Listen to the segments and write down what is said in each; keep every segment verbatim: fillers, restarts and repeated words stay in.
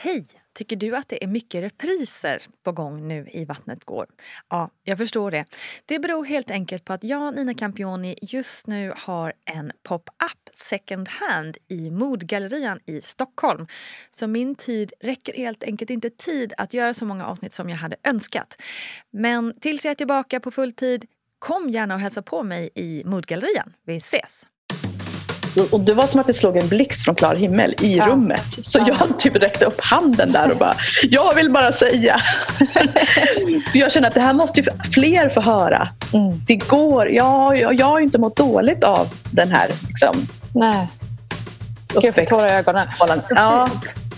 Hej! Tycker du att det är mycket repriser på gång nu i Vattnet går? Ja, jag förstår det. Det beror helt enkelt på att jag, Nina Campioni, just nu har en pop-up second hand i Modgallerian i Stockholm. Så min tid räcker helt enkelt inte tid att göra så många avsnitt som jag hade önskat. Men tills jag är tillbaka på full tid, kom gärna och hälsa på mig i Modgallerian. Vi ses! Och det var som att det slog en blixt från klar himmel i ja. rummet. Så ja. jag typ räckte upp handen där och bara, jag vill bara säga. För jag känner att det här måste ju fler få höra. Mm. Det går, jag, jag, jag har ju inte mått dåligt av den här liksom. Nej. Gud, för tårar i ögonen. Ja.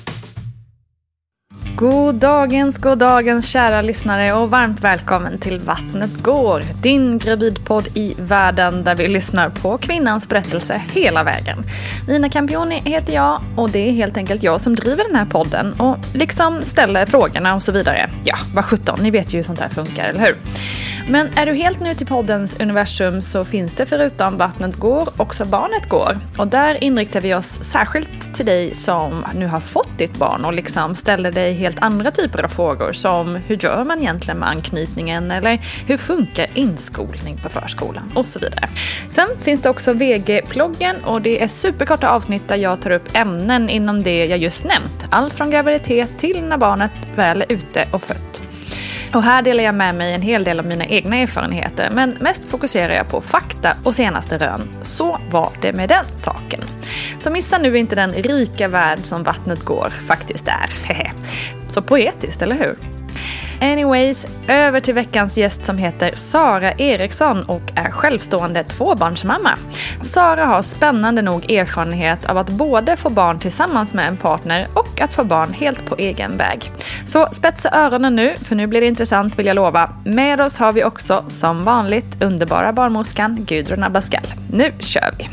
God dagens, god dagens kära lyssnare och varmt välkommen till Vattnet går, din gravidpodd i världen där vi lyssnar på kvinnans berättelse hela vägen. Nina Campioni heter jag och det är helt enkelt jag som driver den här podden och liksom ställer frågorna och så vidare. Ja, vad sjutton, ni vet ju hur sånt här funkar, eller hur? Men är du helt ny till poddens universum så finns det förutom Vattnet går också Barnet går. Och där inriktar vi oss särskilt till dig som nu har fått ditt barn och liksom ställer dig helt andra typer av frågor som hur gör man egentligen med anknytningen eller hur funkar inskolning på förskolan och så vidare. Sen finns det också V G-ploggen och det är superkorta avsnitt där jag tar upp ämnen inom det jag just nämnt. Allt från graviditet till när barnet väl är ute och fött. Och här delar jag med mig en hel del av mina egna erfarenheter, men mest fokuserar jag på fakta och senaste rön. Så var det med den saken. Så missa nu inte den rika värld som Vattnet går faktiskt är. Så poetiskt, eller hur? Anyways, över till veckans gäst som heter Sara Eriksson och är självstående tvåbarnsmamma. Sara har spännande nog erfarenhet av att både få barn tillsammans med en partner och att få barn helt på egen väg. Så spetsa öronen nu, för nu blir det intressant vill jag lova. Med oss har vi också, som vanligt, underbara barnmorskan Gudrun Abascal. Nu kör vi!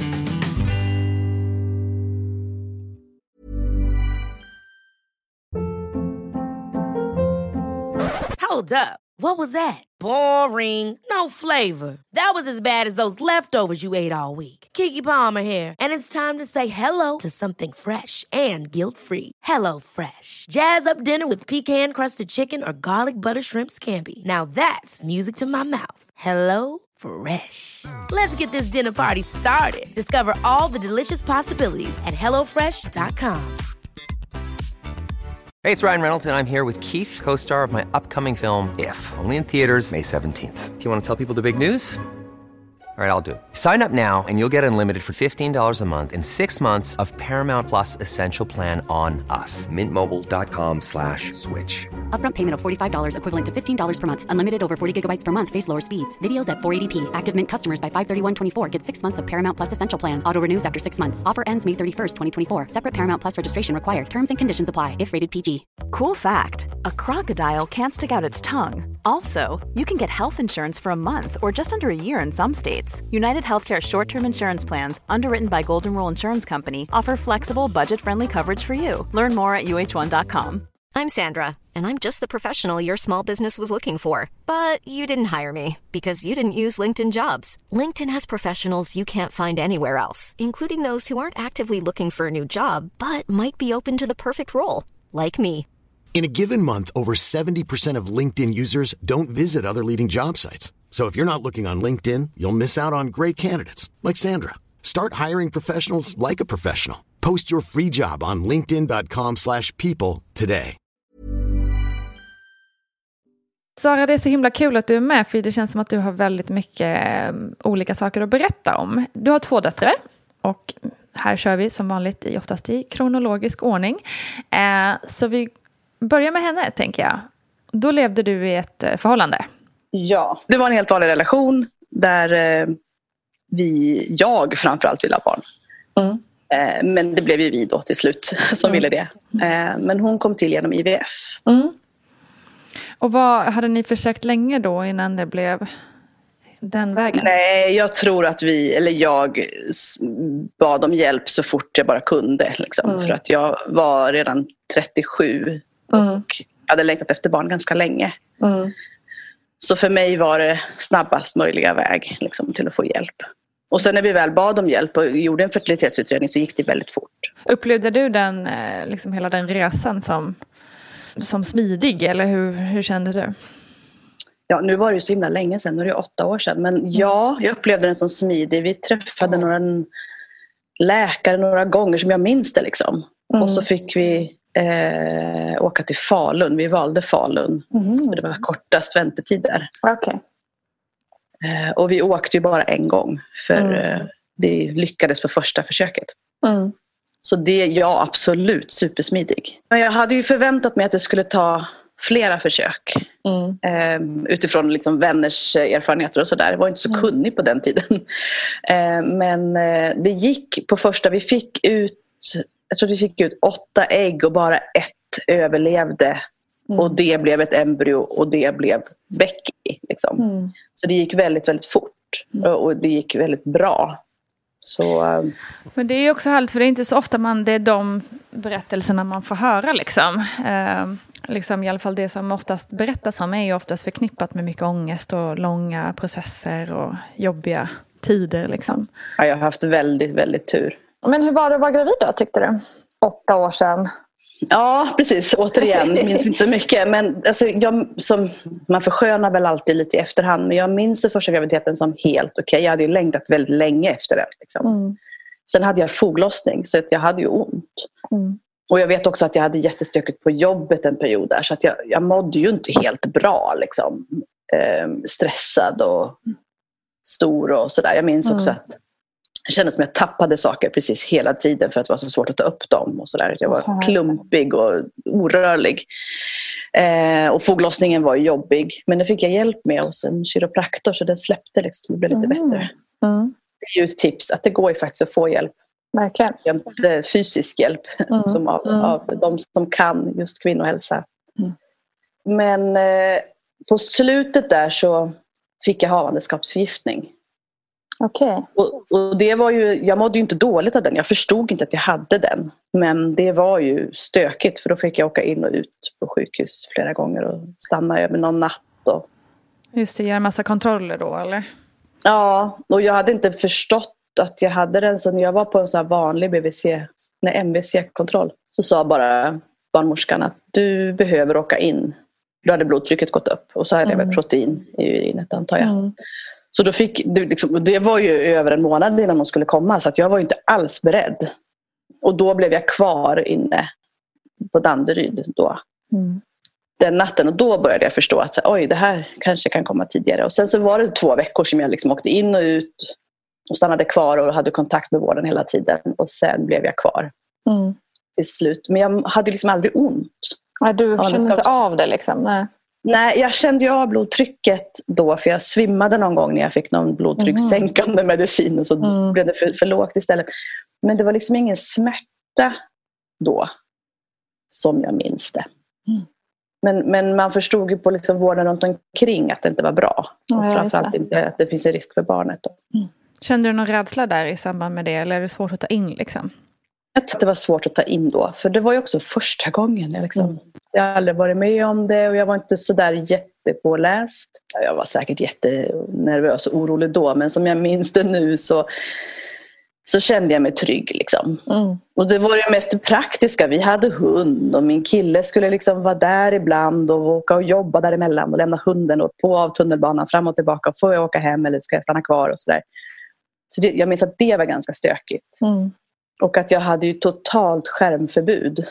Hold up. What was that? Boring. No flavor. That was as bad as those leftovers you ate all week. Keke Palmer here, and it's time to say hello to something fresh and guilt-free. Hello Fresh. Jazz up dinner with pecan-crusted chicken or garlic butter shrimp scampi. Now that's music to my mouth. Hello Fresh. Let's get this dinner party started. Discover all the delicious possibilities at hello fresh dot com. Hey, it's Ryan Reynolds, and I'm here with Keith, co-star of my upcoming film, If, only in theaters May seventeenth. Do you want to tell people the big news? All right, I'll do it. Sign up now and you'll get unlimited for fifteen dollars a month and six months of Paramount Plus Essential Plan on us. Mint Mobile dot com slash switch. Upfront payment of forty-five dollars equivalent to fifteen dollars per month. Unlimited over forty gigabytes per month. Face lower speeds. Videos at four eighty p. Active Mint customers by five thirty-one twenty-four get six months of Paramount Plus Essential Plan. Auto renews after six months. Offer ends May thirty-first, twenty twenty-four. Separate Paramount Plus registration required. Terms and conditions apply if rated P G. Cool fact, a crocodile can't stick out its tongue. Also, you can get health insurance for a month or just under a year in some states. United Healthcare short-term insurance plans, underwritten by Golden Rule Insurance Company, offer flexible, budget-friendly coverage for you. Learn more at U H one dot com. I'm Sandra, and I'm just the professional your small business was looking for. But you didn't hire me, because you didn't use LinkedIn Jobs. LinkedIn has professionals you can't find anywhere else, including those who aren't actively looking for a new job, but might be open to the perfect role, like me. In a given month, over seventy percent of LinkedIn users don't visit other leading job sites. So if you're not looking on LinkedIn, you'll miss out on great candidates like Sandra. Start hiring professionals like a professional. Post your free job on linkedin dot com slash people today. Sara, det är så himla kul att du är med, för det känns som att du har väldigt mycket olika saker att berätta om. Du har två döttrar och här kör vi som vanligt i oftast i kronologisk ordning. Så vi börjar med henne, tänker jag. Då levde du i ett förhållande. Ja, det var en helt vanlig relation där eh, vi, jag framförallt ville ha barn. Mm. Eh, men det blev ju vi då till slut som mm. ville det. Eh, men hon kom till genom I V F. Mm. Och vad hade ni försökt länge då innan det blev den vägen? Nej, jag tror att vi, eller jag bad om hjälp så fort jag bara kunde. Liksom, mm. För att jag var redan trettiosju mm. och hade längtat efter barn ganska länge. Mm. Så för mig var det snabbast möjliga väg liksom, till att få hjälp. Och sen när vi väl bad om hjälp och gjorde en fertilitetsutredning så gick det väldigt fort. Upplevde du den, liksom hela den resan som, som smidig, eller hur, hur kände du? Ja, nu var det ju så himla länge sedan, nu är det åtta år sedan. Men ja, jag upplevde den som smidig. Vi träffade några läkare några gånger som jag minns det liksom. Mm. Och så fick vi eh, åka till Falun. Vi valde Falun. Mm. För det var kortast väntetider. Okay. Eh, och vi åkte ju bara en gång. För mm. eh, det lyckades på första försöket. Mm. Så det, ja, absolut supersmidig. Men jag hade ju förväntat mig att det skulle ta flera försök. Mm. Eh, utifrån liksom vänners erfarenheter och sådär. Jag var inte så mm. kunnig på den tiden. Eh, men eh, det gick på första. Vi fick ut, jag tror vi fick ut åtta ägg och bara ett överlevde. Mm. Och det blev ett embryo och det blev Becky. Liksom. Mm. Så det gick väldigt, väldigt fort. Mm. Och det gick väldigt bra. Så, äh... Men det är ju också härligt, för det är inte så ofta man, det är de berättelserna man får höra liksom. Eh, liksom i alla fall det som oftast berättas om är ju oftast förknippat med mycket ångest och långa processer och jobbiga tider liksom. Ja, jag har haft väldigt, väldigt tur. Men hur var det att vara gravid då, tyckte du? Åtta år sedan. Ja, precis. Återigen, jag minns inte så mycket. Men alltså, jag, som, man förskönar väl alltid lite i efterhand. Men jag minns den första graviditeten som helt okej. Okay. Jag hade ju längtat väldigt länge efter det. Liksom. Mm. Sen hade jag foglossning, så att jag hade ju ont. Mm. Och jag vet också att jag hade jättestökigt på jobbet en period där. Så att jag, jag mådde ju inte helt bra. Liksom. Eh, stressad och stor och sådär. Jag minns också mm. att det kändes som att jag tappade saker precis hela tiden för att det var så svårt att ta upp dem. Och så där. Jag var klumpig och orörlig. Eh, och foglossningen var jobbig. Men det fick jag hjälp med hos en kiropraktor, så det släppte liksom. Det blev lite mm. bättre. Mm. Det är ju ett tips att det går ju faktiskt att få hjälp. Verkligen. Inte fysisk hjälp mm. som av, mm. av de som kan just kvinnohälsa. Mm. Men eh, på slutet där så fick jag havandeskapsförgiftning. Okay. Och, och det var ju, jag mådde ju inte dåligt av den. Jag förstod inte att jag hade den. Men det var ju stökigt, för då fick jag åka in och ut på sjukhus flera gånger och stanna över någon natt. Och... Just det, göra massa kontroller då, eller? Ja, och jag hade inte förstått att jag hade den. Så när jag var på en sån här vanlig B V C, nej, M V C-kontroll, så sa bara barnmorskan att du behöver åka in. Då hade blodtrycket gått upp och så hade mm. jag väl protein i urinet, antar jag. Mm. Så då fick du liksom, det var ju över en månad innan de skulle komma, så att jag var ju inte alls beredd. Och då blev jag kvar inne på Danderyd då. Mm. Den natten, och då började jag förstå att oj, det här kanske kan komma tidigare. Och sen så var det två veckor som jag liksom åkte in och ut och stannade kvar och hade kontakt med vården hela tiden. Och sen blev jag kvar mm. till slut. Men jag hade liksom aldrig ont. Nej, du kände inte av det liksom? Nej. Nej, jag kände ju av blodtrycket då, för jag svimmade någon gång när jag fick någon blodtryckssänkande mm. medicin, och så mm. blev det för, för lågt istället. Men det var liksom ingen smärta då som jag minns det. Mm. Men, men man förstod ju på liksom vården runt omkring att det inte var bra. Och ja, framförallt inte att det finns en risk för barnet då. Mm. Kände du någon rädsla där i samband med det, eller är det svårt att ta in liksom? Jag tyckte det var svårt att ta in då, för det var ju också första gången jag liksom... Mm. Jag har aldrig varit med om det och jag var inte så där jättepåläst. Jag var säkert jättenervös och orolig då, men som jag minns det nu så, så kände jag mig trygg. Liksom. Mm. Och det var det mest praktiska. Vi hade hund och min kille skulle liksom vara där ibland och åka och jobba däremellan och lämna hunden och på av tunnelbanan fram och tillbaka. Får jag åka hem eller ska jag stanna kvar och sådär. Så det, jag minns att det var ganska stökigt. Mm. Och att jag hade ju totalt skärmförbud.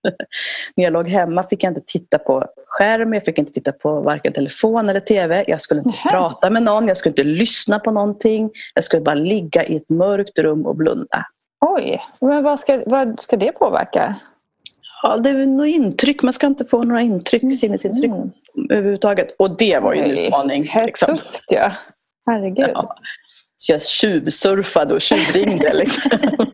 När jag låg hemma fick jag inte titta på skärm, jag fick inte titta på varken telefon eller tv, jag skulle inte Nähe. prata med någon, jag skulle inte lyssna på någonting, jag skulle bara ligga i ett mörkt rum och blunda. Oj, men vad ska, vad ska det påverka? Ja, det är nog intryck, man ska inte få några intryck, mm. sinnesintryck mm. överhuvudtaget, och det var ju en utmaning. Det är liksom. Tufft, ja. Herregud. Ja. Så jag tjuvsurfade och tjuvringde liksom.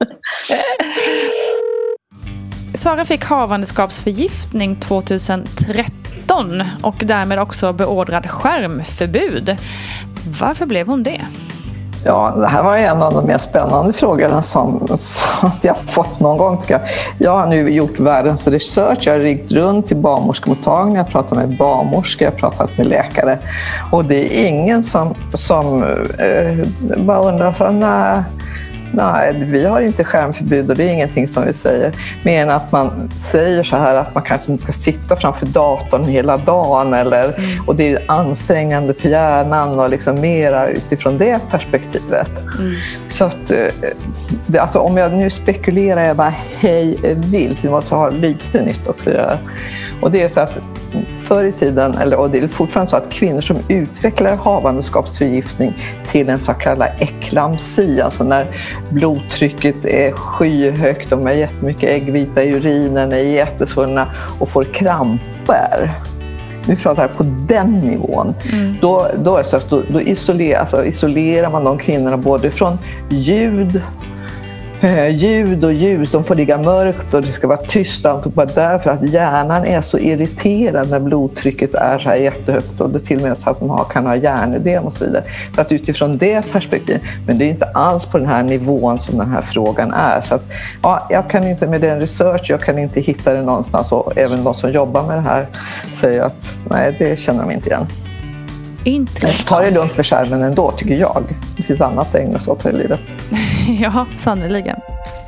Sara fick havandeskapsförgiftning tjugohundratretton och därmed också beordrad skärmförbud. Varför blev hon det? Ja, det här var en av de mer spännande frågorna som, som vi har fått någon gång, tycker jag. Jag har nu gjort världens research. Jag har ringt runt till barnmorskemottagningar, jag har pratat med barnmorskor, jag har pratat med läkare. Och det är ingen som, som eh, bara undrar för när, Nej, vi har inte skärmförbud och det är ingenting som vi säger. Mer än att man säger så här att man kanske inte ska sitta framför datorn hela dagen. Eller, mm. Och det är ju ansträngande för hjärnan och liksom mera utifrån det perspektivet. Mm. Så att, det, alltså, om jag nu spekulerar jag bara hej vilt. Vi måste ha lite nytt också. Där. Och det är så att förr i tiden, eller, och det är fortfarande så att kvinnor som utvecklar havandeskapsförgiftning till en så kallad eklampsi, alltså när blodtrycket är skyhögt, de har jättemycket äggvita i urinen, är jättesvullna och får kramper. Vi pratar här på den nivån. Mm. Då, då, är så att, då, då isolerar, alltså, isolerar man de kvinnorna både från ljud, ljud och ljus, de får ligga mörkt och det ska vara tyst, allt bara därför att hjärnan är så irriterad när blodtrycket är så här jättehögt och det till och med så att de har, kan ha hjärnödem och så vidare. Så att utifrån det perspektivet, men det är inte alls på den här nivån som den här frågan är. Så att, ja, jag kan inte med den research, jag kan inte hitta det någonstans och även de som jobbar med det här säger att nej, det känner de inte igen. Intressant. Ta det lugnt med skärmen ändå, tycker jag. Det finns annat att ägna sig åt här i livet. Ja, sannoliken.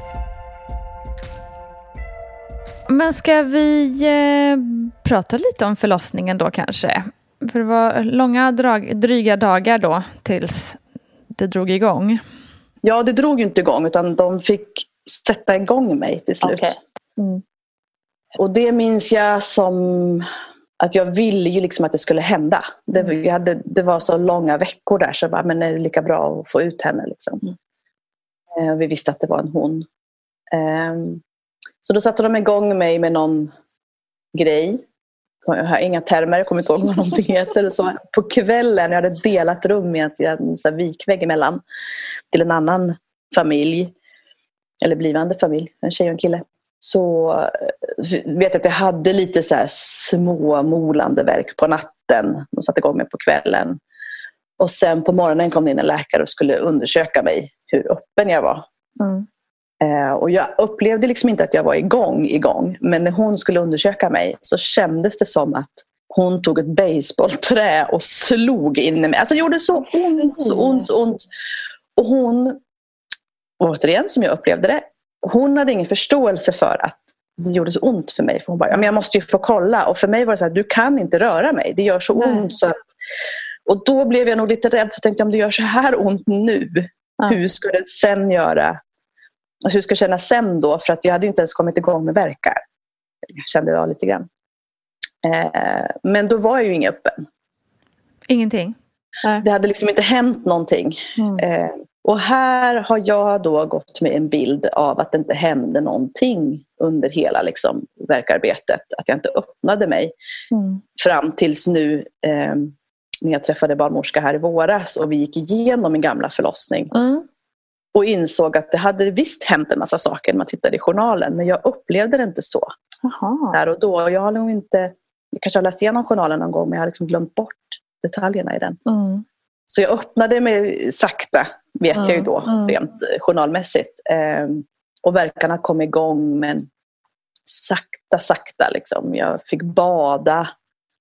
Men ska vi eh, prata lite om förlossningen då kanske? För det var långa, drag, dryga dagar då tills det drog igång. Ja, det drog ju inte igång utan de fick sätta igång mig till slut. Okay. Mm. Och det minns jag som att jag ville ju liksom att det skulle hända. Det, jag hade, det var så långa veckor där så jag bara, men är det lika bra att få ut henne liksom. Mm. Eh, vi visste att det var en hon. Eh, så då satte de igång mig med någon grej. Jag har inga termer, jag kommer inte ihåg vad någonting heter. Så på kvällen, jag hade delat rum med en så här vikvägg emellan till en annan familj. Eller blivande familj, en tjej och en kille. Så vet jag att jag hade lite så här små molande verk på natten. De satte igång mig på kvällen. Och sen på morgonen kom det in en läkare och skulle undersöka mig hur öppen jag var. Mm. Eh, och jag upplevde liksom inte att jag var igång igång. Men när hon skulle undersöka mig så kändes det som att hon tog ett baseballträ och slog in i mig. Alltså det gjorde så ont, så ont, så ont. Och hon, återigen som jag upplevde det, hon hade ingen förståelse för att det gjorde så ont för mig. För hon bara, ja, men jag måste ju få kolla. Och för mig var det så här, du kan inte röra mig. Det gör så ont. Mm. Så att, och då blev jag nog lite rädd. För tänkte, om det gör så här ont nu. Mm. Hur ska det sen göra? Alltså, hur ska jag känna sen då? För att jag hade inte ens kommit igång med verkar. Jag kände jag lite grann. Eh, men då var jag ju ingen öppen. Ingenting? Nej. Det hade liksom inte hänt någonting. Mm. Eh, Och här har jag då gått med en bild av att det inte hände någonting under hela liksom, verkarbetet. Att jag inte öppnade mig. Mm. Fram tills nu eh, när jag träffade barnmorska här i våras och vi gick igenom min gamla förlossning. Mm. Och insåg att det hade visst hänt en massa saker när man tittade i journalen. Men jag upplevde det inte så. Aha. Där och då. Jag har nog inte, jag kanske har läst igenom journalen någon gång men jag har liksom glömt bort detaljerna i den. Mm. Så jag öppnade mig sakta, vet mm, jag ju då, mm. rent journalmässigt. Eh, och verkarna kom igång, men sakta, sakta liksom. Jag fick bada.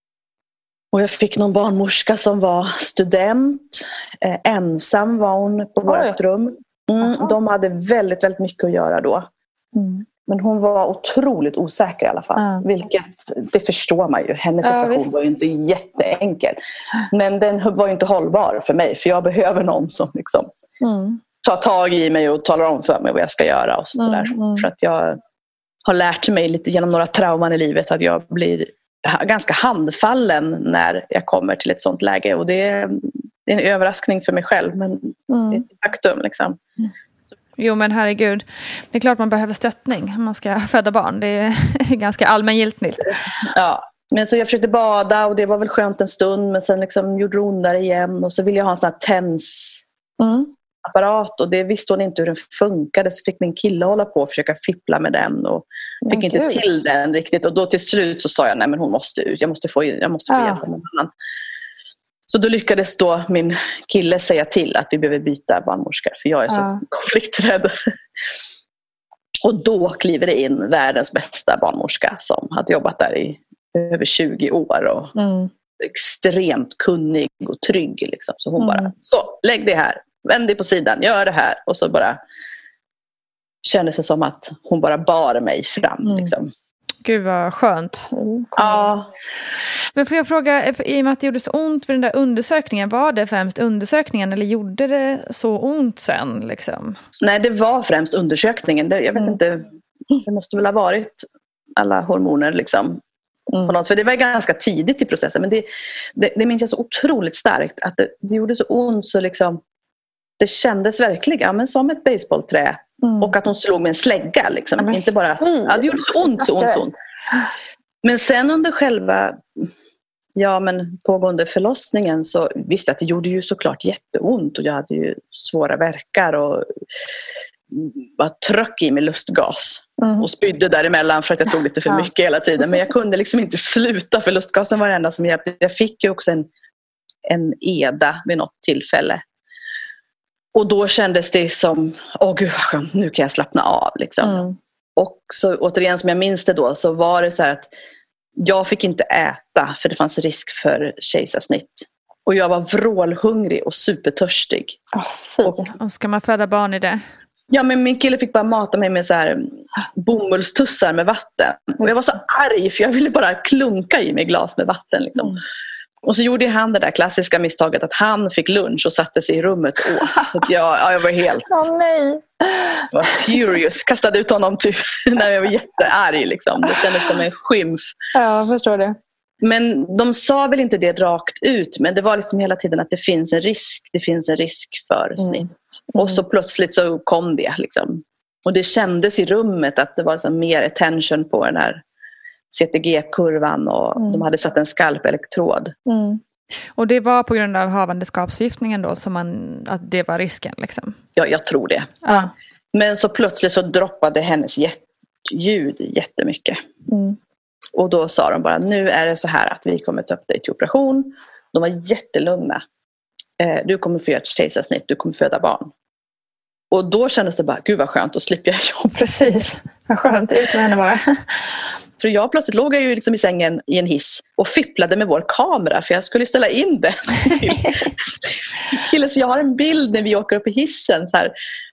Och jag fick någon barnmorska som var student. Eh, ensam var hon på vårt rum. Mm, de hade väldigt, väldigt mycket att göra då. Mm. Men hon var otroligt osäker i alla fall. Mm. Vilket, det förstår man ju. Hennes situation ja, var ju inte jätteenkel. Men den var ju inte hållbar för mig. För jag behöver någon som liksom mm. tar tag i mig och talar om för mig vad jag ska göra. Och så mm. där. Mm. För att jag har lärt mig lite genom några trauman i livet att jag blir ganska handfallen när jag kommer till ett sånt läge. Och det är en överraskning för mig själv. Men mm. det är ett faktum liksom. Mm. Jo men herregud, det är klart man behöver stöttning om man ska föda barn. Det är ganska allmängiltigt. Ja, men så jag försökte bada och det var väl skönt en stund. Men sen liksom gjorde det ondare igen. Och så ville jag ha en sån här tensapparat. Och det visste hon inte hur den funkade. Så fick min kille hålla på och försöka fippla med den. Och fick oh, inte Gud. till den riktigt. Och då till slut så sa jag, nej men hon måste ut. Jag måste få, jag måste få ja. hjälp av någon annan. Så då lyckades då min kille säga till att vi behöver byta barnmorska. För jag är så ja. konflikträdd. Och då kliver det in världens bästa barnmorska som hade jobbat där i över tjugo år. Och mm. extremt kunnig och trygg. Liksom. Så hon mm. bara, så lägg det här. Vänd dig på sidan, gör det här. Och så bara kändes det som att hon bara bar mig fram. Mm. Liksom. Gud vad skönt. Mm. Ja. Men får jag fråga, i och med att det gjorde så ont för den där undersökningen, var det främst undersökningen eller gjorde det så ont sen? Liksom? Nej, det var främst undersökningen. Det, jag vet mm. inte, det måste väl ha varit alla hormoner liksom. Mm. På något, för det var ganska tidigt i processen, men det, det, det minns jag så otroligt starkt att det, det gjorde så ont så liksom, det kändes verkligen ja, men som ett baseballträ. Mm. Och att hon slog med en slägga liksom. Mm. Inte bara, ja, det gjorde så ont, så ont, så ont. Men sen under själva ja, men pågående förlossningen så visste jag att det gjorde ju såklart jätteont och jag hade ju svåra värkar och bara tröck i mig lustgas mm. och spydde däremellan för att jag tog lite för mycket hela tiden. Men jag kunde liksom inte sluta för lustgasen var det enda som hjälpte. Jag fick ju också en, en eda vid något tillfälle. Och då kändes det som, åh gud vad skönt, nu kan jag slappna av liksom. Mm. Och så återigen som jag minns det då så var det så här att jag fick inte äta för det fanns risk för kejsarsnitt. Och jag var vrålhungrig och supertörstig. Oh, och, och ska man föda barn i det? Ja, men min kille fick bara mata mig med så här bomullstussar med vatten. Och jag var så arg för jag ville bara klunka i mig glas med vatten liksom. Mm. Och så gjorde han det där klassiska misstaget att han fick lunch och satte sig i rummet och åt. Så att jag, ja, jag var helt... Åh oh, nej! Jag var furious. Kastade ut honom typ när jag var jättearg liksom. Det kändes som en skymf. Ja, jag förstår det. Men de sa väl inte det rakt ut. Men det var liksom hela tiden att det finns en risk. Det finns en risk för snitt. Mm. Mm. Och så plötsligt så kom det liksom. Och det kändes i rummet att det var så mer attention på den här C T G-kurvan och mm. de hade satt en skalpelektrod. Mm. Och det var på grund av havandeskapsförgiftningen då som man, att det var risken liksom? Ja, jag tror det. Ja. Men så plötsligt så droppade hennes ljud jättemycket. Mm. Och då sa de bara, nu är det så här att vi kommer ta upp dig till operation. De var jättelugna. Eh, du kommer få göra ett kejsarsnitt, du kommer föda barn. Och då kändes det bara, gud vad skönt, då slipper jag jobb. Precis, vad skönt, ut med henne bara. För jag plötsligt låg jag ju liksom i sängen i en hiss och fipplade med vår kamera för jag skulle ställa in det. Kille, så jag har en bild när vi åker upp i hissen så här,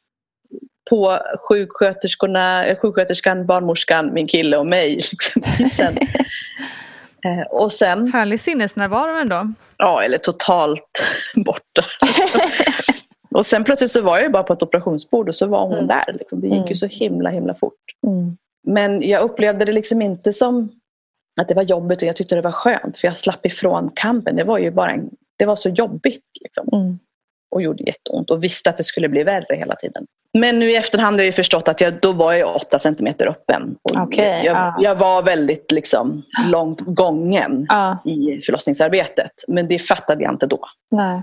på sjuksköterskorna, sjuksköterskan, barnmorskan, min kille och mig liksom, i hissen. eh, och sen... Härlig sinnesnärvaro ändå. Ja, eller totalt borta. Och sen plötsligt så var jag ju bara på ett operationsbord och så var hon mm. där. Liksom. Det gick mm. ju så himla, himla fort. Mm. Men jag upplevde det liksom inte som att det var jobbigt och jag tyckte det var skönt. För jag slapp ifrån kampen. Det var ju bara en, det var så jobbigt liksom. Mm. Och gjorde jätteont. Och visste att det skulle bli värre hela tiden. Men nu i efterhand har jag ju förstått att jag, då var jag åtta centimeter öppen. Och okay, jag, ah. jag var väldigt liksom långt gången ah. i förlossningsarbetet. Men det fattade jag inte då. Nej.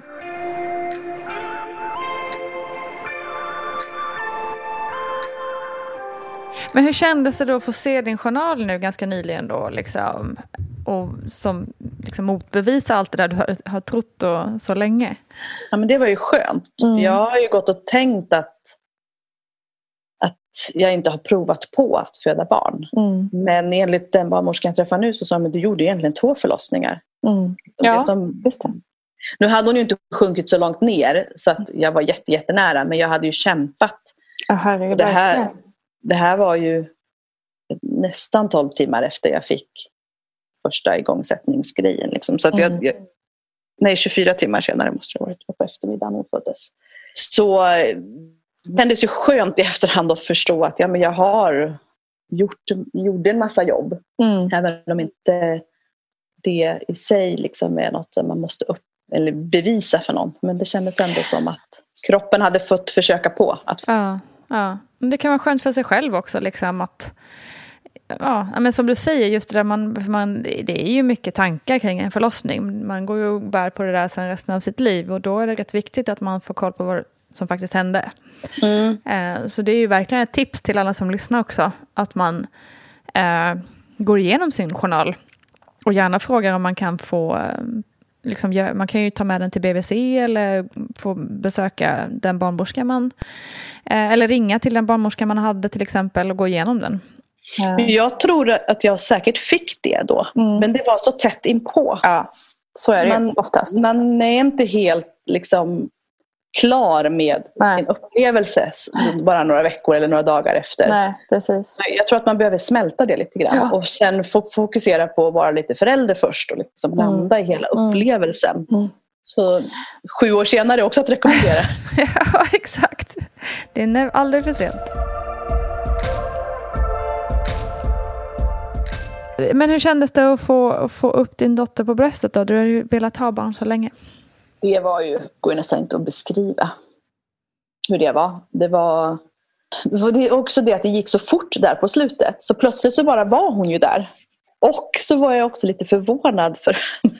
Men hur kändes det då att få se din journal nu ganska nyligen då liksom, och som liksom motbevisa allt det där du har, har trott och så länge? Ja, men det var ju skönt. Mm. Jag har ju gått och tänkt att att jag inte har provat på att föda barn. Mm. Men enligt den barnmorskan jag träffar nu så sa hon, du gjorde egentligen två förlossningar. Mm. Ja, som, just det. Nu hade hon ju inte sjunkit så långt ner så att jag var jätte, jättenära, men jag hade ju kämpat. Aha, det, det här Det här var ju nästan tolv timmar efter jag fick första igångsättningsgrejen. Liksom. Så att jag, mm. jag, nej, tjugofyra timmar senare måste det ha varit på eftermiddagen hon föddes. Så det kändes ju skönt i efterhand att förstå att ja, men jag har gjort, gjort en massa jobb. Mm. Även om inte det i sig liksom är något som man måste upp, eller bevisa för någon. Men det kändes ändå som att kroppen hade fått försöka på att... Ja. Ja, men det kan vara skönt för sig själv också liksom att ja, men som du säger just det där man, man det är ju mycket tankar kring en förlossning. Man går ju och bär på det där sen resten av sitt liv och då är det rätt viktigt att man får koll på vad som faktiskt hände. Mm. Eh, så det är ju verkligen ett tips till alla som lyssnar också att man eh, går igenom sin journal och gärna frågar om man kan få eh, liksom, man kan ju ta med den till B V C eller få besöka den barnmorska man eh, eller ringa till den barnmorska man hade till exempel och gå igenom den. Ja. Jag tror att jag säkert fick det då. Mm. Men det var så tätt inpå. Ja, så är det man, oftast. Man är inte helt liksom klar med Nej. sin upplevelse bara några veckor eller några dagar efter. Nej, precis. Jag tror att man behöver smälta det lite grann. Ja. Och sen fokusera på att vara lite förälder först och liksom mm. landa i hela upplevelsen. Mm. Så sju år senare också att rekommendera. Ja, exakt. Det är aldrig för sent. Men hur kändes det att få, att få upp din dotter på bröstet då? Du har ju velat ha barn så länge. Det var ju, går nästan inte att beskriva hur det var. Det var, det är också det att det gick så fort där på slutet. Så plötsligt så bara var hon ju där. Och så var jag också lite förvånad för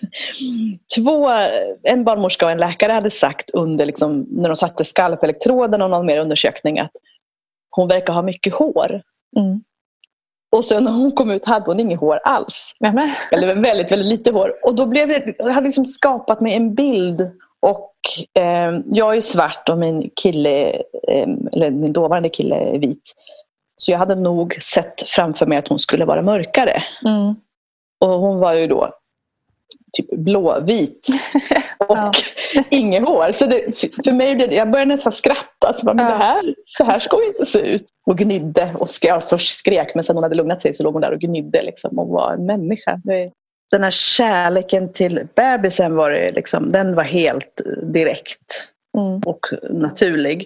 två, en barnmorska och en läkare hade sagt under liksom, när de satte skalpelektroden och någon mer undersökning att hon verkar ha mycket hår. Mm. Och sen när hon kom ut hade hon inget hår alls. Nämen. Eller väldigt, väldigt lite hår. Och då blev det, jag hade liksom skapat mig en bild. Och eh, jag är svart och min kille, eh, eller min dåvarande kille är vit. Så jag hade nog sett framför mig att hon skulle vara mörkare. Mm. Och hon var ju då typ blåvit. Och ja. inget hår. Så det, för mig blev det, jag började nästan skratta. Så, bara, men ja. det här, så här ska ju inte se ut. Och gnydde. Och skrek, först skrek, men sen hon hade lugnat sig så låg hon där och gnydde. Liksom, och var en människa. Den här kärleken till bebisen var det, liksom, den var helt direkt. Mm. Och naturlig.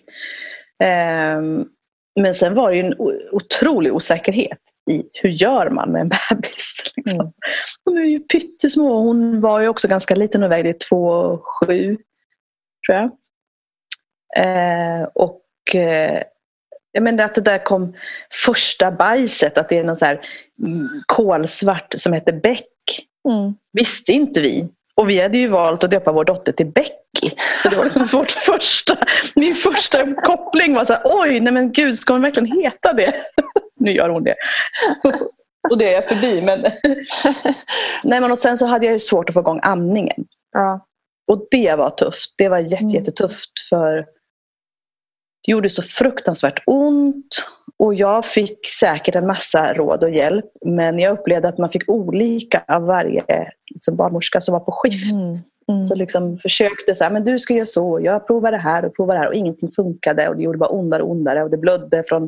Um, men sen var det ju en otrolig osäkerhet i hur gör man med en bebis. Liksom. Mm. Hon är ju pyttesmå. Hon var ju också ganska liten och vägde två komma sju tror jag. Eh, och eh, jag menar att det där kom första bajset, att det är någon så här kolsvart som heter Beck. Mm. Visste inte vi. Och vi hade ju valt att döpa vår dotter till Becky. Så det var liksom vårt första, min första koppling var så här, oj, nej men gud, ska hon verkligen heta det? Nu gör hon det. Och det är jag förbi. Men nej, men och sen så hade jag ju svårt att få igång amningen. Ja. Och det var tufft. Det var jätte, jättetufft för det gjorde så fruktansvärt ont. Och jag fick säkert en massa råd och hjälp. Men jag upplevde att man fick olika av varje liksom, barnmorska som var på skift. Mm. Mm. Så liksom försökte så här, men du ska göra så. Jag provar det här och provar det här. Och ingenting funkade. Och det gjorde bara ondare och ondare. Och det blödde från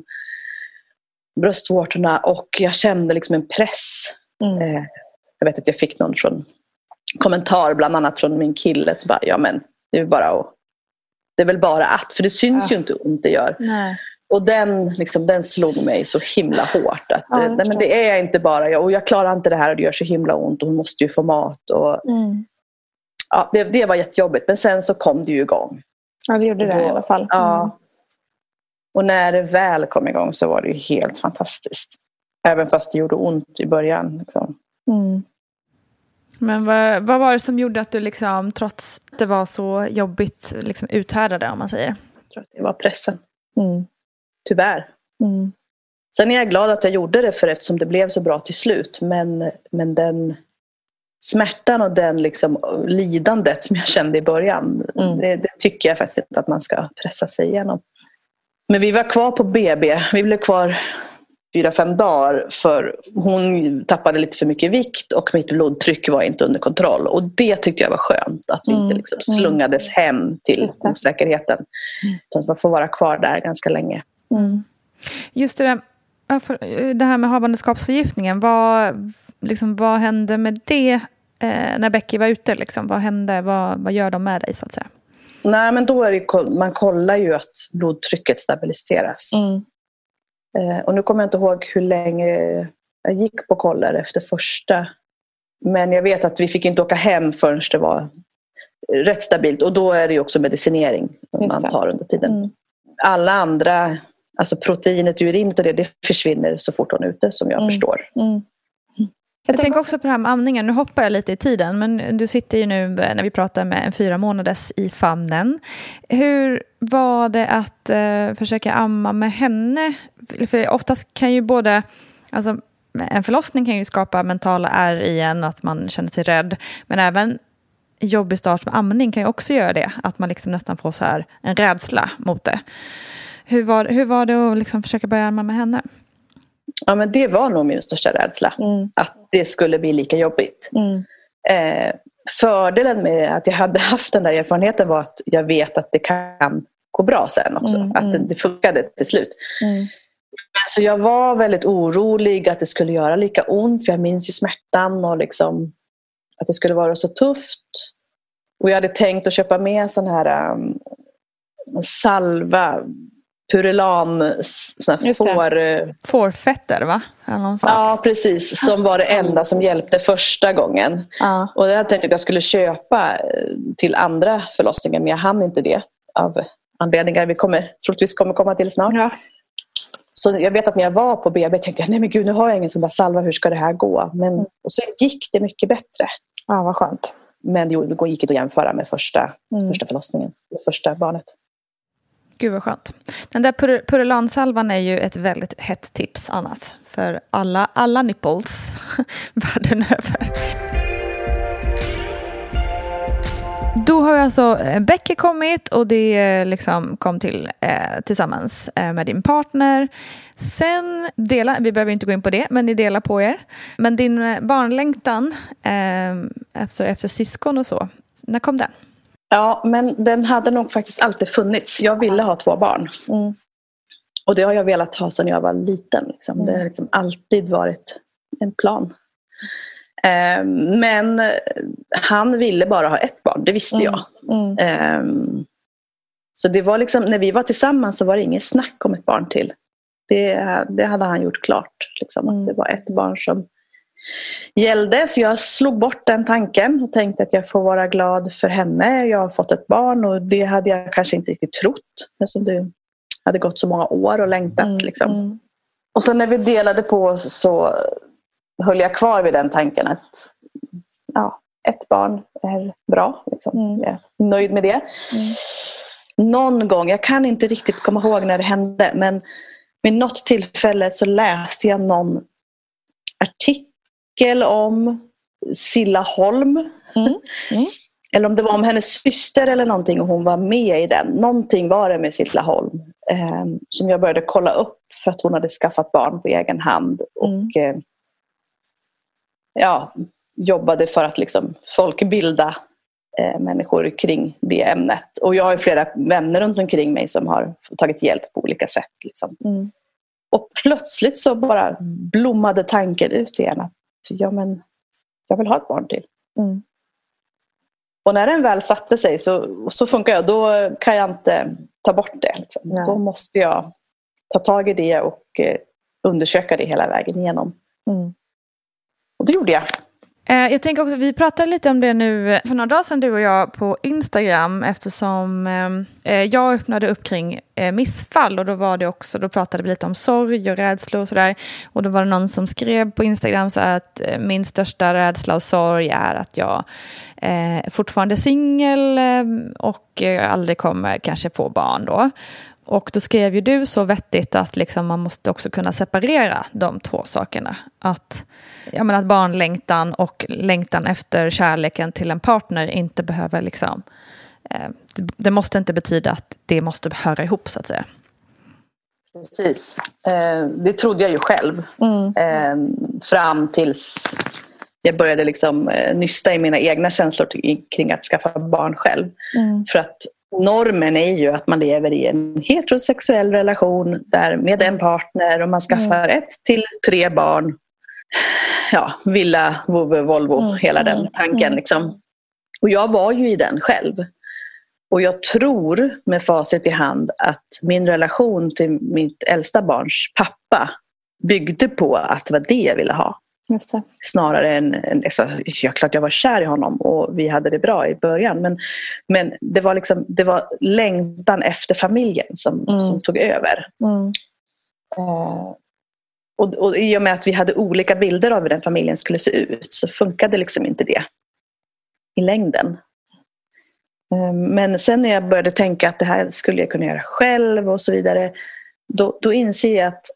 bröstvårtorna. Och jag kände liksom en press. Mm. Eh, jag vet att jag fick någon från kommentar bland annat från min kille. Så bara, ja men det är bara att, det är väl bara att. För det syns ja. ju inte hur ont det gör. Nej. Och den, liksom, den slog mig så himla hårt. Att, ja, nej, men det är inte bara jag. Och jag klarar inte det här och det gör så himla ont. Och hon måste ju få mat. Och, mm. ja, det, det var jättejobbigt. Men sen så kom det ju igång. Ja, det gjorde det och, i alla fall. Mm. Ja. Och när det väl kom igång så var det ju helt fantastiskt. Även fast det gjorde ont i början. Liksom. Mm. Men vad, vad var det som gjorde att du liksom, trots att det var så jobbigt, liksom uthärdade, om man säger? Jag tror att det var pressen. Mm. Tyvärr. Mm. Sen är jag glad att jag gjorde det, för eftersom det blev så bra till slut. Men, men den smärtan och den liksom lidandet som jag kände i början, mm. det, det tycker jag faktiskt inte att man ska pressa sig igenom. Men vi var kvar på B B. Vi blev kvar fyra, fem dagar för hon tappade lite för mycket vikt och mitt blodtryck var inte under kontroll. Och det tyckte jag var skönt, att vi mm. inte liksom slungades hem till Just osäkerheten. Utan att man får vara kvar där ganska länge. Mm. Just det där, det här med havandeskapsförgiftningen, vad, liksom, vad hände med det eh, när Becky var ute? Liksom? Vad hände? Vad, vad gör de med dig så att säga? Nej, men då är det, man kollar ju att blodtrycket stabiliseras. Mm. Eh, och nu kommer jag inte ihåg hur länge jag gick på koller efter första. Men jag vet att vi fick inte åka hem förrän det var rätt stabilt. Och då är det ju också medicinering man tar under tiden. Mm. Alla andra, alltså proteinet i urinet och det, det försvinner så fort hon är ute, som jag mm. förstår. Mm. Jag, jag tänker också på det här med amningen. Nu hoppar jag lite i tiden, men du sitter ju nu när vi pratar med en fyra månaders i famnen. Hur var det att uh, försöka amma med henne? För oftast kan ju både, alltså en förlossning kan ju skapa mentala ärr i en, att man känner sig rädd. Men även jobbig start med amning kan ju också göra det. Att man liksom nästan får så här en rädsla mot det. Hur var, hur var det att liksom försöka börja amma med henne? Ja, men det var nog min största rädsla. Mm. Att det skulle bli lika jobbigt. Mm. Eh, fördelen med att jag hade haft den där erfarenheten var att jag vet att det kan gå bra sen också. Mm, att det, det funkade till slut. Mm. Så jag var väldigt orolig att det skulle göra lika ont. För jag minns ju smärtan och liksom att det skulle vara så tufft. Och jag hade tänkt att köpa med sån här um, salva, Purelan, sån här får... Fårfetter, va? Ja, precis. Som var det enda som hjälpte första gången. Ja. Och jag tänkte att jag skulle köpa till andra förlossningar, men jag hann inte det av anledningar vi kommer, troligtvis kommer komma till snart. Ja. Så jag vet att när jag var på B B tänkte jag, nej men gud, nu har jag ingen sån där salva, hur ska det här gå? Men, mm. Och så gick det mycket bättre. Ja, vad skönt. Men det gick inte att jämföra med första, mm. första förlossningen, med första barnet. Gud vad skönt. Den där pur- Purelansalvan är ju ett väldigt hett tips annat. För alla, alla nipples världen över. Då har alltså Becky kommit och det liksom kom till eh, tillsammans eh, med din partner. Sen delar, vi behöver inte gå in på det, men ni delar på er. Men din barnlängtan eh, efter, efter syskon och så, när kom den? Ja, men den hade nog faktiskt alltid funnits. Jag ville ha två barn. Mm. Och det har jag velat ha sedan jag var liten. Liksom. Mm. Det har liksom alltid varit en plan. Eh, men han ville bara ha ett barn, det visste mm. jag. Mm. Eh, så det var liksom, när vi var tillsammans så var det inget snack om ett barn till. Det, det hade han gjort klart. Liksom, mm. att det var ett barn som gällde. Så jag slog bort den tanken och tänkte att jag får vara glad för henne. Jag har fått ett barn och det hade jag kanske inte riktigt trott. Eftersom det hade gått så många år och längtat. Mm. Liksom. Mm. Och sen när vi delade på så höll jag kvar vid den tanken att ja, ett barn är bra. Liksom. Mm. Jag är nöjd med det. Mm. Någon gång, jag kan inte riktigt komma ihåg när det hände, men vid något tillfälle så läste jag någon artikel om Silla Holm. Mm. Mm. Eller om det var om hennes syster eller någonting och hon var med i den. Någonting var det med Silla Holm eh, som jag började kolla upp för att hon hade skaffat barn på egen hand. Och mm. eh, ja, jobbade för att liksom folkbilda eh, människor kring det ämnet. Och jag har ju flera vänner runt omkring mig som har tagit hjälp på olika sätt. Liksom. Mm. Och plötsligt så bara blommade tanken ut igen att ja, men jag vill ha ett barn till. Mm. Och när den väl satte sig så, så funkar jag. Då kan jag inte ta bort det. Liksom. Då måste jag ta tag i det och eh, undersöka det hela vägen igenom. Mm. Och det gjorde jag. Jag tänker också, vi pratade lite om det nu för några dagar sedan du och jag på Instagram eftersom eh, jag öppnade upp kring eh, missfall och då var det också, då pratade vi lite om sorg och rädsla och sådär och då var det någon som skrev på Instagram så att eh, min största rädsla och sorg är att jag eh, fortfarande är singel eh, och eh, aldrig kommer kanske få barn då. Och då skrev ju du så vettigt att liksom man måste också kunna separera de två sakerna. Att, jag menar, att barnlängtan och längtan efter kärleken till en partner inte behöver liksom... Eh, det måste inte betyda att det måste höra ihop så att säga. Precis. Eh, det trodde jag ju själv. Mm. Eh, fram tills jag började liksom eh, nysta i mina egna känslor kring att skaffa barn själv. Mm. För att normen är ju att man lever i en heterosexuell relation där med en partner och man skaffar mm. ett till tre barn. Ja, villa, vovve, Volvo, mm. hela den tanken liksom. Och jag var ju i den själv. Och jag tror med facit i hand att min relation till mitt äldsta barns pappa byggde på att det var det jag ville ha. Just det. Snarare än, än alltså, ja, klart jag var kär i honom och vi hade det bra i början, men, men det var liksom, det var längtan efter familjen som, mm. som tog över. Mm. Eh, och, och i och med att vi hade olika bilder av hur den familjen skulle se ut så funkade liksom inte det i längden. Eh, men sen när jag började tänka att det här skulle jag kunna göra själv och så vidare, då, då inser jag att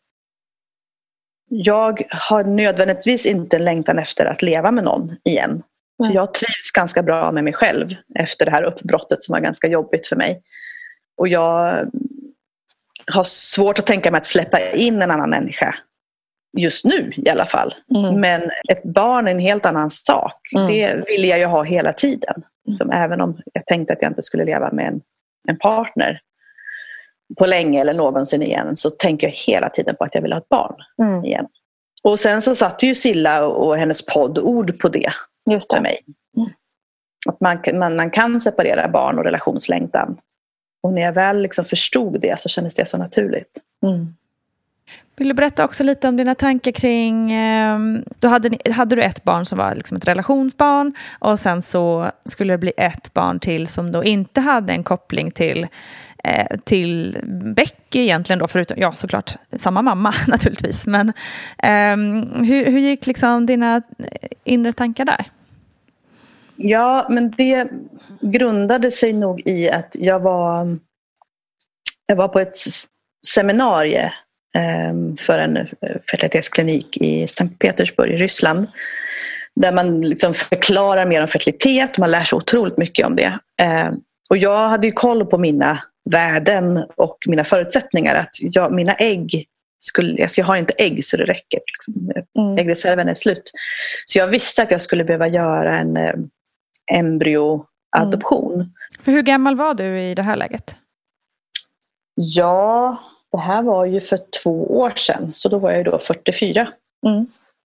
jag har nödvändigtvis inte en längtan efter att leva med någon igen. För jag trivs ganska bra med mig själv efter det här uppbrottet som var ganska jobbigt för mig. Och jag har svårt att tänka mig att släppa in en annan människa just nu i alla fall. Mm. Men ett barn är en helt annan sak. Mm. Det vill jag ju ha hela tiden. Som även om jag tänkte att jag inte skulle leva med en, en partner på länge eller någonsin igen, så tänker jag hela tiden på att jag vill ha ett barn Mm. igen. Och sen så satt ju Silla och hennes podd ord på det, Just det. för mig. Mm. Att man, man, man kan separera barn och relationslängtan. Och när jag väl liksom förstod det så kändes det så naturligt. Mm. Vill du berätta också lite om dina tankar kring... Eh, då hade, ni, hade du ett barn som var liksom ett relationsbarn, och sen så skulle det bli ett barn till som då inte hade en koppling till, eh, till Becky egentligen då, förutom, ja såklart, samma mamma naturligtvis. Men eh, hur, hur gick liksom dina inre tankar där? Ja, men det grundade sig nog i att jag var, jag var på ett seminarium för en fertilitetsklinik i Sankt Petersburg i Ryssland, där man liksom förklarar mer om fertilitet. Man lär sig otroligt mycket om det. Och jag hade ju koll på mina värden och mina förutsättningar. Att jag, mina ägg skulle, alltså jag har inte ägg så det räcker. Liksom. Mm. Äggreserven är slut. Så jag visste att jag skulle behöva göra en embryoadoption. Mm. För hur gammal var du i det här läget? Ja, det här var ju för två år sedan. Så då var jag ju då fyrtiofyra. Mm.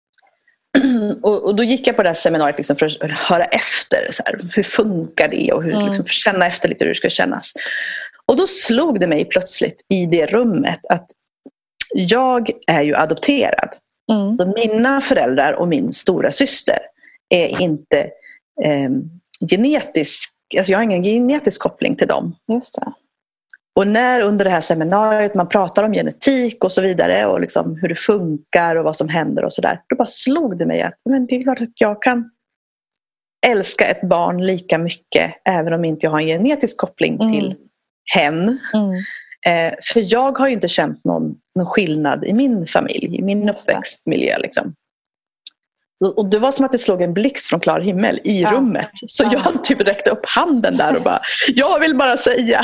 Och, och då gick jag på det här seminariet liksom för att höra efter. Så här, hur funkar det? Och hur, mm. liksom, känna efter lite hur det ska kännas. Och då slog det mig plötsligt i det rummet att jag är ju adopterad. Mm. Så mina föräldrar och min stora syster är inte eh, genetisk. Alltså jag har ingen genetisk koppling till dem. Just det. Och när under det här seminariet man pratar om genetik och så vidare och liksom hur det funkar och vad som händer och sådär, då bara slog det mig att men det är klart att jag kan älska ett barn lika mycket även om inte jag har en genetisk koppling mm. till hen. Mm. Eh, för jag har ju inte känt någon, någon skillnad i min familj, i min uppväxtmiljö liksom. Och det var som att det slog en blixt från klar himmel i ja. rummet. Så ja. jag typ räckte upp handen där och bara, jag vill bara säga.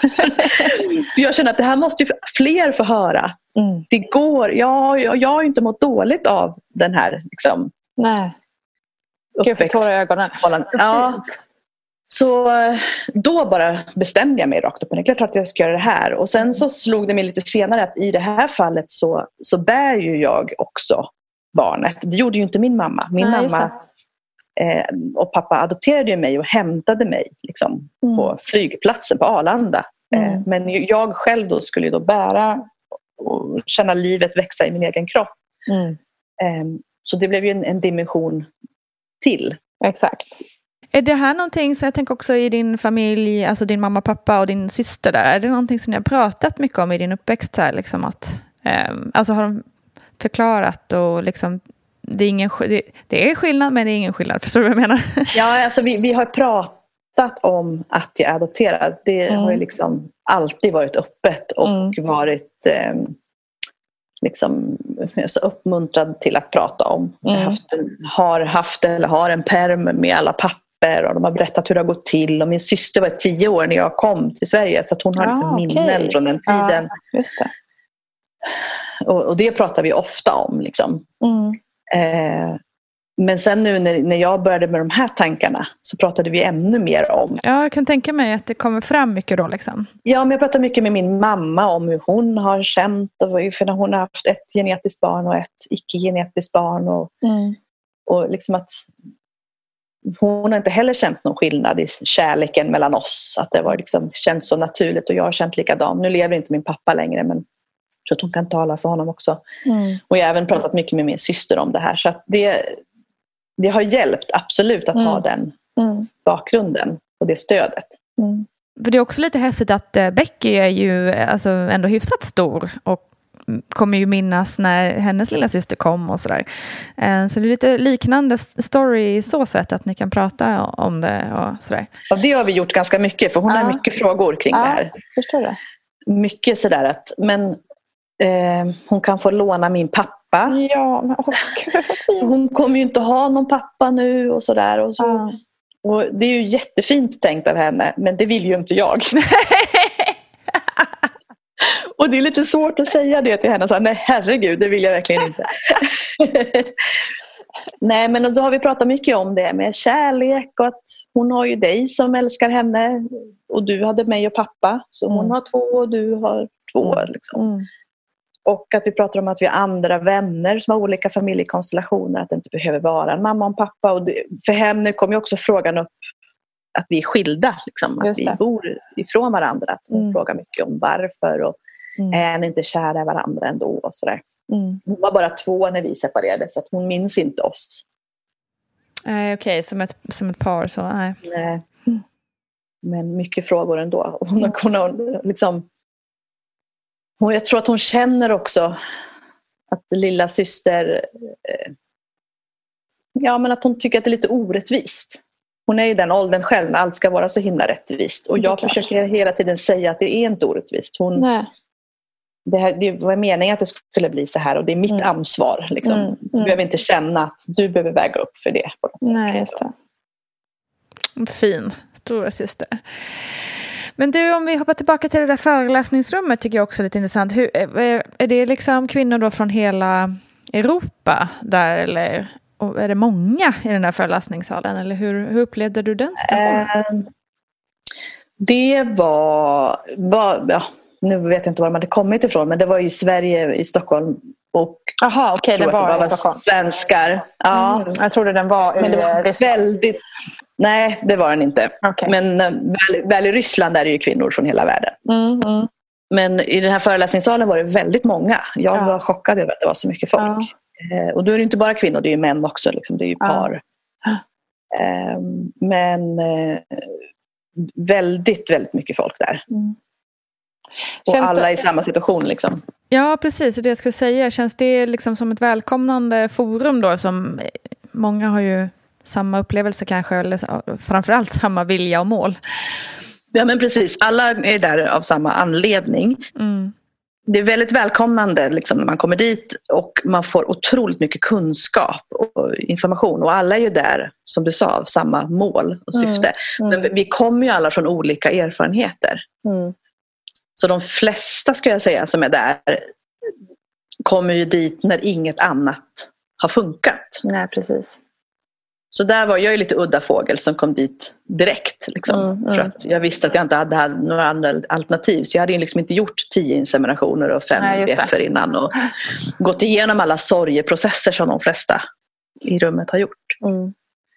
Jag känner att det här måste ju fler få höra. Mm. Det går, jag, jag, jag har ju inte mått dåligt av den här liksom, nej. Gud, för tårar i ögonen. Ja. Så då bara bestämde jag mig rakt upp. Det är klart att jag ska göra det här. Och sen så slog det mig lite senare att i det här fallet så, så bär ju jag också barnet. Det gjorde ju inte min mamma. Min Nej, mamma eh, och pappa adopterade ju mig och hämtade mig liksom, mm. på flygplatsen på Arlanda. Mm. Eh, men jag själv då skulle ju då bära och känna livet växa i min egen kropp. Mm. Eh, så det blev ju en, en dimension till. Exakt. Är det här någonting som jag tänker också i din familj, alltså din mamma, pappa och din syster där, är det någonting som ni har pratat mycket om i din uppväxt här, liksom att, eh, alltså har de förklarat och liksom, det är ingen, det, det är skillnad men det är ingen skillnad, förstår du vad jag menar? Ja, alltså vi, vi har pratat om att jag är adopterad, det mm. har ju liksom alltid varit öppet och mm. varit eh, liksom så uppmuntrad till att prata om. Mm. Jag har haft, en, har haft eller har en perm med alla papper och de har berättat hur det har gått till. Och min syster var tio år när jag kom till Sverige så att hon har liksom ah, minnen okay. från den tiden. Ja, just det. Och, och det pratar vi ofta om. Liksom. Mm. Eh, men sen nu när, när jag började med de här tankarna så pratade vi ännu mer om. Ja, jag kan tänka mig att det kommer fram mycket då. Liksom. Ja, men jag pratar mycket med min mamma om hur hon har känt. Och, för när hon har haft ett genetiskt barn och ett icke-genetiskt barn. Och, mm. och liksom att hon har inte heller känt någon skillnad i kärleken mellan oss. Att det var liksom, känns så naturligt och jag har känt likadant. Nu lever inte min pappa längre men jag tror att hon kan tala för honom också. Mm. Och jag har även pratat mycket med min syster om det här. Så att det, det har hjälpt absolut att mm. ha den mm. bakgrunden och det stödet. Mm. För det är också lite häftigt att Becky är ju alltså ändå hyfsat stor och kommer ju minnas när hennes lilla syster kom och sådär. Så det är lite liknande story i så sätt att ni kan prata om det och sådär. Ja, det har vi gjort ganska mycket för hon ja. har mycket frågor kring ja, det här. Förstår det. Mycket sådär att men eh, hon kan få låna min pappa. Ja, men åh, Gud, hon kommer ju inte ha någon pappa nu och sådär och så. Ja. Och det är ju jättefint tänkt av henne men det vill ju inte jag. Och det är lite svårt att säga det till henne. Så, nej, herregud, det vill jag verkligen inte. Nej, men då har vi pratat mycket om det med kärlek och att hon har ju dig som älskar henne och du hade mig och pappa. Så hon mm. har två och du har två. Liksom. Mm. Och att vi pratar om att vi har andra vänner som har olika familjekonstellationer. Att det inte behöver vara en mamma och en pappa. Och det, för henne kom ju också frågan upp att vi är skilda. Liksom, att vi bor ifrån varandra. Att hon mm. frågar mycket om varför. Och mm. är ni inte kära i varandra ändå? Och sådär. Mm. Hon var bara två när vi separerade. Så att hon minns inte oss. Nej, eh, okej. Okay. Som, ett, som ett par så. Nej. Nej. Mm. Men mycket frågor ändå. Hon har kunnat liksom... Hon, jag tror att hon känner också att lilla syster eh, ja, men att hon tycker att det är lite orättvist. Hon är i den åldern själv när allt ska vara så himla rättvist. Och jag försöker hela tiden säga att det är inte orättvist. Hon, Nej. Det, här, det var meningen att det skulle bli så här och det är mitt mm. ansvar. Liksom. Mm. Mm. Du behöver inte känna att du behöver väga upp för det. På något Nej, sätt. Just det. Fin, stora syster. Men du, om vi hoppar tillbaka till det där föreläsningsrummet tycker jag också är lite intressant. Hur, är det liksom kvinnor då från hela Europa där eller och är det många i den där föreläsningssalen eller hur, hur upplevde du den situationen? Eh, det var, var ja, nu vet jag inte var man hade kommit ifrån men det var i Sverige, i Stockholm och Aha, okej, okay, det var, det var Stockholm. Svenskar. Ja. Mm, jag trodde den var i men det var väldigt nej, det var den inte. Okay. Men väl, väl i Ryssland är det ju kvinnor från hela världen. Mm, mm. Men i den här föreläsningssalen var det väldigt många. Jag ja. var chockad över att det var så mycket folk. Ja. Eh, och då är det inte bara kvinnor, det är ju män också. Liksom. Det är ju par. Ja. Eh, men eh, väldigt, väldigt mycket folk där. Mm. Och Känns alla det... i samma situation liksom. Ja, precis. Det jag skulle säga. Känns det liksom som ett välkomnande forum då? Som många har ju samma upplevelse kanske. Eller framförallt samma vilja och mål. Ja, men precis. Alla är där av samma anledning. Mm. Det är väldigt välkomnande liksom, när man kommer dit och man får otroligt mycket kunskap och information. Och alla är ju där, som du sa, av samma mål och syfte. Mm. Mm. Men vi kommer ju alla från olika erfarenheter. Mm. Så de flesta, ska jag säga, som är där kommer ju dit när inget annat har funkat. Nej, precis. Så där var jag ju lite udda fågel som kom dit direkt. Liksom, mm, mm. För att jag visste att jag inte hade, hade några andra alternativ. Så jag hade ju liksom inte gjort tio inseminationer och fem I V F innan. Och gått igenom alla sorgeprocesser som de flesta i rummet har gjort. Mm.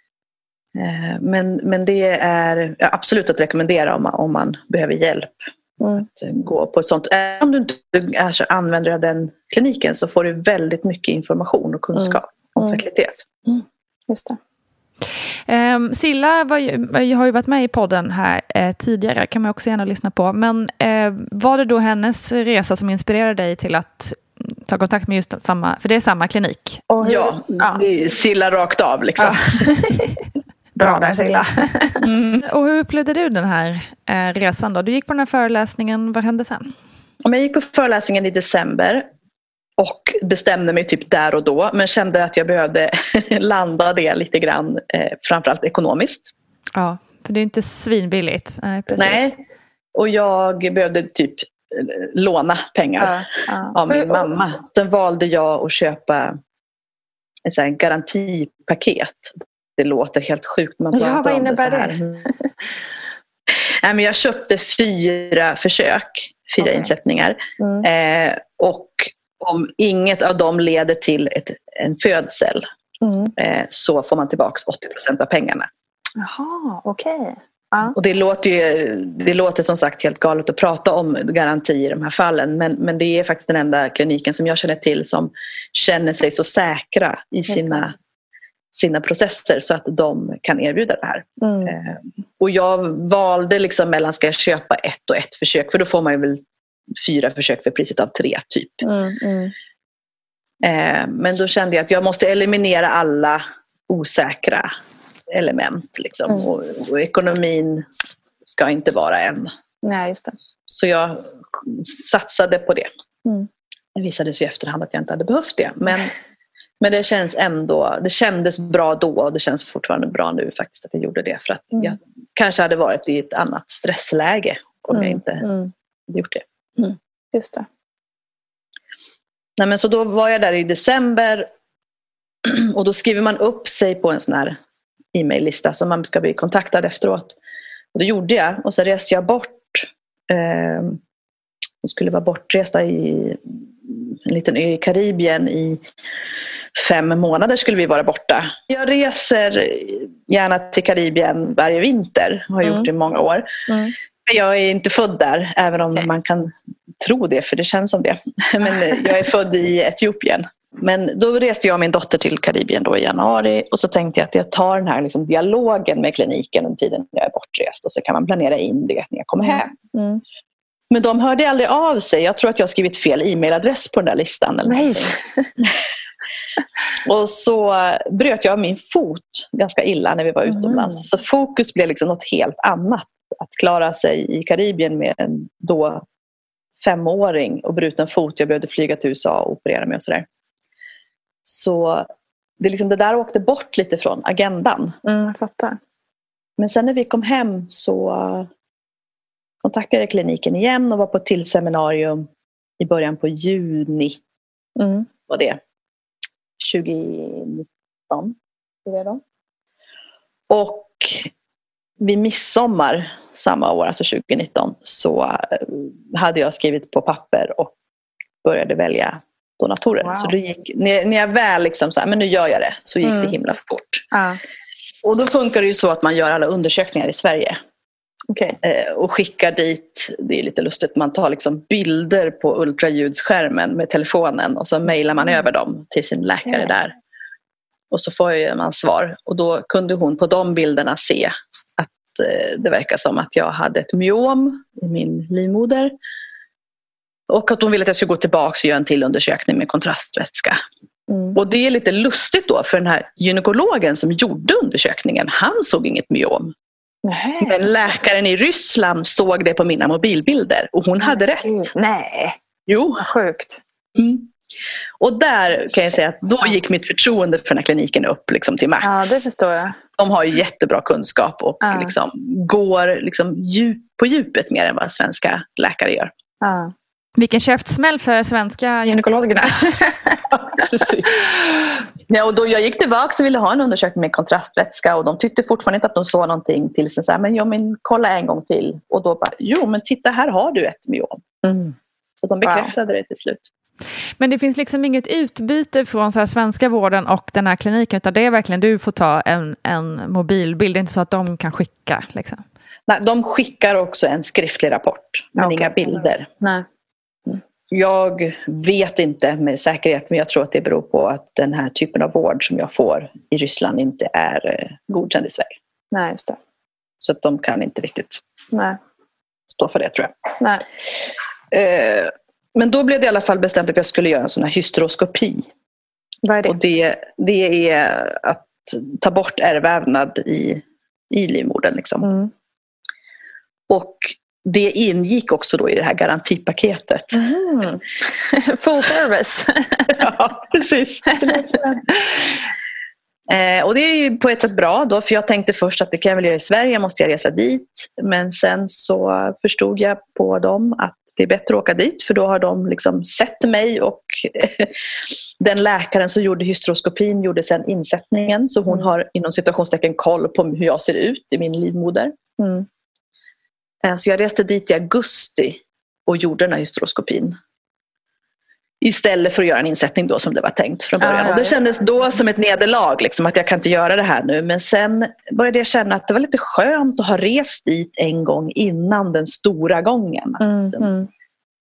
Men, men det är absolut att rekommendera om man, om man behöver hjälp. Mm. Att gå på ett sånt. Om du inte är så använder av den kliniken så får du väldigt mycket information och kunskap mm. om fertilitet. Mm. Just det. Um, Silla var ju, har ju varit med i podden här eh, tidigare, kan man också gärna lyssna på. Men eh, var det då hennes resa som inspirerade dig till att ta kontakt med just samma, för det är samma klinik? Hur, ja, ja, det är Silla rakt av liksom. Ja. Bra där, Silla. Mm. Och hur upplevde du den här eh, resan då? Du gick på den här föreläsningen, vad hände sen? Jag gick på föreläsningen i december och bestämde mig typ där och då, men kände att jag behövde landa det lite grann, eh, framförallt ekonomiskt. Ja, för det är inte svinbilligt. Nej, precis. Nej, och jag behövde typ låna pengar ja, ja. av min mamma. Sen valde jag att köpa ett så här garantipaket. Det låter helt sjukt. Man ja, vad innebär det? Nej, men jag köpte fyra försök, fyra okay. insättningar. Mm. Eh, och om inget av dem leder till ett, en födsel mm. eh, så får man tillbaka åttio procent av pengarna. Jaha, okej. Okay. Ja. Och det låter ju, det låter som sagt helt galet att prata om garanti i de här fallen. Men, men det är faktiskt den enda kliniken som jag känner till som känner sig så säkra i sina, sina processer så att de kan erbjuda det här. Mm. Eh, och jag valde liksom mellan ska jag köpa ett och ett försök, för då får man ju väl fyra försök för priset av tre typ. Mm, mm. Eh, men då kände jag att jag måste eliminera alla osäkra element liksom. Mm. och, och ekonomin ska inte vara en. Nej, just det. Så jag satsade på det. Mm. Det visade sig i efterhand att jag inte hade behövt det. Men, men det känns ändå, det kändes bra då och det känns fortfarande bra nu faktiskt att jag gjorde det. För att mm. jag kanske hade varit i ett annat stressläge om mm. jag inte mm. hade gjort det. Mm. Just det. Nej, men så då var jag där i december och då skriver man upp sig på en sån här e-mail-lista som man ska bli kontaktad efteråt. Och det gjorde jag och så reste jag bort. Eh, jag skulle vara bortresta i en liten ö i Karibien i fem månader skulle vi vara borta. Jag reser gärna till Karibien varje vinter, har gjort det i många år. Mm. Men jag är inte född där, även om okay. man kan tro det, för det känns som det. Men jag är född i Etiopien. Men då reste jag och min dotter till Karibien då i januari och så tänkte jag att jag tar den här liksom dialogen med kliniken under tiden jag är bortrest och så kan man planera in det när jag kommer hem. Mm. Men de hörde aldrig av sig. Jag tror att jag har skrivit fel e-mailadress på den där listan. Eller Nej. Och så bröt jag min fot ganska illa när vi var utomlands. Mm. Så fokus blev liksom något helt annat. Att klara sig i Karibien med en då femåring och bruten fot. Jag behövde flyga till U S A och operera mig och sådär. Så det, liksom, det där åkte bort lite från agendan. Mm, jag fattar. Men sen när vi kom hem så kontaktade jag kliniken igen och var på ett till seminarium i början på juni. Mm. Var det tjugonitton. Är det då? Och vid midsommar samma år, alltså tjugonitton, så hade jag skrivit på papper och började välja donatorer. Wow. Så det gick, när, när jag väl liksom så här, men nu gör jag det, så gick mm. det himla fort. Ah. Och då funkar det ju så att man gör alla undersökningar i Sverige. Okay. Eh, och skickar dit, det är lite lustigt, man tar liksom bilder på ultraljudsskärmen med telefonen och så mejlar man mm. över dem till sin läkare okay. där. Och så får man svar. Och då kunde hon på de bilderna se att eh, det verkar som att jag hade ett myom i min livmoder. Och att hon ville att jag skulle gå tillbaka och göra en till undersökning med kontrastvätska. Mm. Och det är lite lustigt då, för den här gynekologen som gjorde undersökningen, han såg inget myom. Nej. Men läkaren i Ryssland såg det på mina mobilbilder och hon hade rätt. Nej, jo. Vad sjukt. Mm. Och där kan jag säga att då gick mitt förtroende för den här kliniken upp liksom till max. Ja, det förstår jag. De har ju jättebra kunskap och ja. liksom går liksom djup, på djupet mer än vad svenska läkare gör. Ja. Vilken käftsmäll för svenska gynekologerna. Ja, och då jag gick tillbaka och ville ha en undersökning med kontrastvätska och de tyckte fortfarande inte att de såg någonting till sig. Så här, men jo, men kolla en gång till. Och då bara, jo men titta, här har du ett myom. Mm. Så de bekräftade wow. det till slut. Men det finns liksom inget utbyte från så här svenska vården och den här kliniken, utan det är verkligen du får ta en, en mobilbild. Det är inte så att de kan skicka liksom. Nej, de skickar också en skriftlig rapport men okay. inga bilder. Nej. Jag vet inte med säkerhet, men jag tror att det beror på att den här typen av vård som jag får i Ryssland inte är godkänd i Sverige. Nej, just det. Så att de kan inte riktigt Nej. stå för det, tror jag. Nej. Eh, men då blev det i alla fall bestämt att jag skulle göra en sån här hysteroskopi. Vad är det? Och det, det är att ta bort ärrvävnad i, i livmodern. Liksom. Mm. Och det ingick också då i det här garantipaketet. Mm. Full service. Ja, precis. eh, och det är ju på ett sätt bra då, för jag tänkte först att det kan jag väl göra i Sverige, jag måste jag resa dit. Men sen så förstod jag på dem att det är bättre att åka dit, för då har de liksom sett mig och den läkaren som gjorde hysteroskopin gjorde sen insättningen, så hon mm. har inom situationstecken koll på hur jag ser ut i min livmoder. Mm. Så jag reste dit i augusti och gjorde den här hysteroskopin. Istället för att göra en insättning då som det var tänkt från början. Ah, ja, och det kändes då som ett nederlag, liksom, att jag kan inte göra det här nu. Men sen började jag känna att det var lite skönt att ha rest dit en gång innan den stora gången. Mm, mm.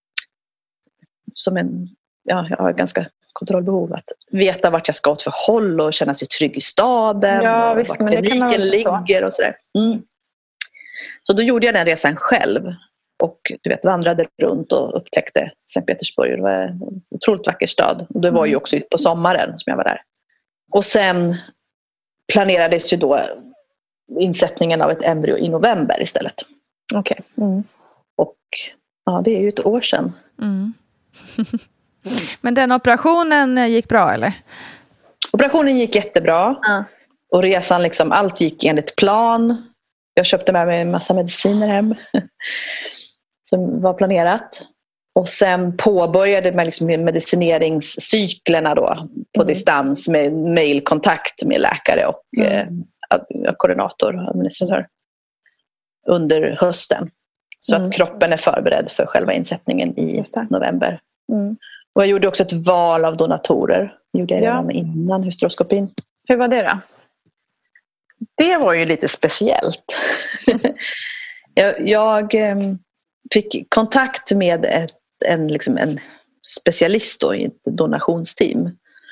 Som en, ja, jag har ganska kontrollbehov att veta vart jag ska åt för håll och känna sig trygg i staden. Ja, och visst, vart men det kan man väl ligger och sådär. Mm. Så då gjorde jag den resan själv och du vet, vandrade runt och upptäckte Sankt Petersburg. Det var en otroligt vacker stad. Och det var ju också på sommaren som jag var där. Och sen planerades ju då insättningen av ett embryo i november istället. Okej. Okay. Mm. Och ja, det är ju ett år sedan. Mm. Men den operationen gick bra, eller? Operationen gick jättebra. Mm. Och resan, liksom, allt gick enligt plan. Jag köpte med mig en massa mediciner hem som var planerat. Och sen påbörjade man liksom medicineringscyklerna då på mm. distans med mejlkontakt med läkare och mm. eh, koordinator, administratör under hösten. Så mm. att kroppen är förberedd för själva insättningen i november. Mm. Och jag gjorde också ett val av donatorer. Gjorde jag redan ja. innan hysteroskopin. Hur var det då? Det var ju lite speciellt. jag jag eh, fick kontakt med ett, en, liksom en specialist då, i ett donationsteam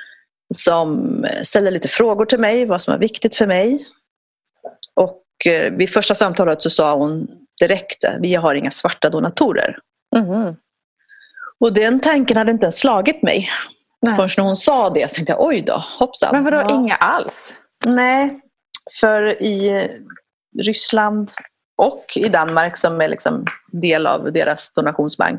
som ställde lite frågor till mig, vad som var viktigt för mig. Och eh, vid första samtalet så sa hon direkt: vi har inga svarta donatorer. Mm. Och den tanken hade inte ens slagit mig. Nej. Först när hon sa det så tänkte jag, oj då, hoppsan. Men vadå, ja. inga alls? Nej, för i Ryssland och i Danmark som är liksom del av deras donationsbank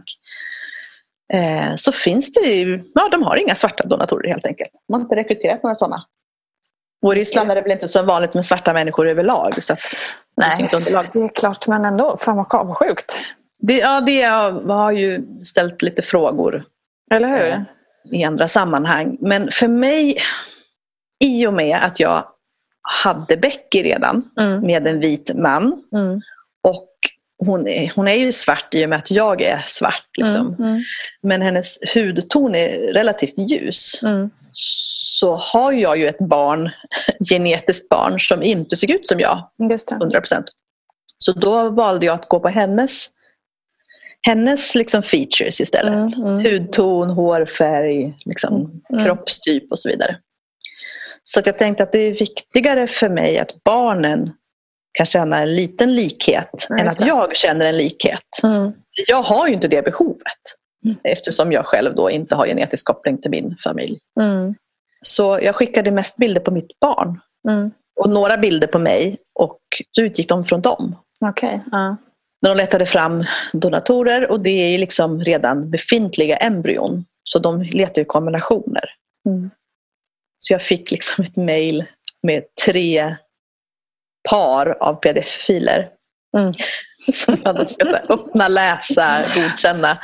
eh, så finns det ju, ja, de har inga svarta donatorer helt enkelt. Man har inte rekryterat några sådana. Och i Ryssland är det väl inte så vanligt med svarta människor överlag. Så att nej, det, det är klart, men ändå, fan vad sjukt. Det, ja, det har ju ställt lite frågor. Eller hur? Eh, i andra sammanhang. Men för mig, i och med att jag hade Becky redan mm. med en vit man mm. och hon är, hon är ju svart i och med att jag är svart liksom. Mm. Mm. Men hennes hudton är relativt ljus. Mm. Så har jag ju ett barn, genetiskt barn som inte ser ut som jag. Just det. hundra procent. Så då valde jag att gå på hennes hennes liksom features istället. Mm, mm. Hudton, hårfärg, liksom, mm. kroppstyp och så vidare. Så att jag tänkte att det är viktigare för mig att barnen kan känna en liten likhet mm, än att jag känner en likhet. Mm. Jag har ju inte det behovet mm. eftersom jag själv då inte har genetisk koppling till min familj. Mm. Så jag skickade mest bilder på mitt barn mm. och några bilder på mig och så utgick de från dem. Okej, okay. ja. När de letade fram donatorer och det är ju liksom redan befintliga embryon. Så de letar ju kombinationer. Mm. Så jag fick liksom ett mejl med tre par av pdf-filer. Mm. Som jag ska öppna, läsa, godkänna.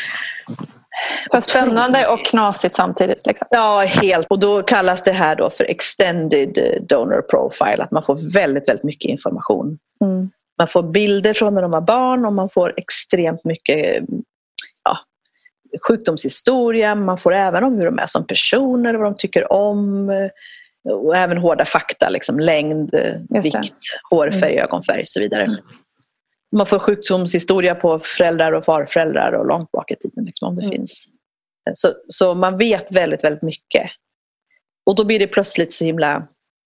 Så spännande och knasigt samtidigt. Liksom. Ja, helt. Och då kallas det här då för extended donor profile. Att man får väldigt, väldigt mycket information. Mm. Man får bilder från när de var barn och man får extremt mycket ja, sjukdomshistoria. Man får även om hur de är som personer, vad de tycker om. Och även hårda fakta, liksom längd, vikt, hårfärg, mm. ögonfärg och så vidare. Mm. Man får sjukdomshistoria på föräldrar och farföräldrar och långt bak i tiden liksom, om det mm. finns. Så, så man vet väldigt, väldigt mycket. Och då blir det plötsligt så himla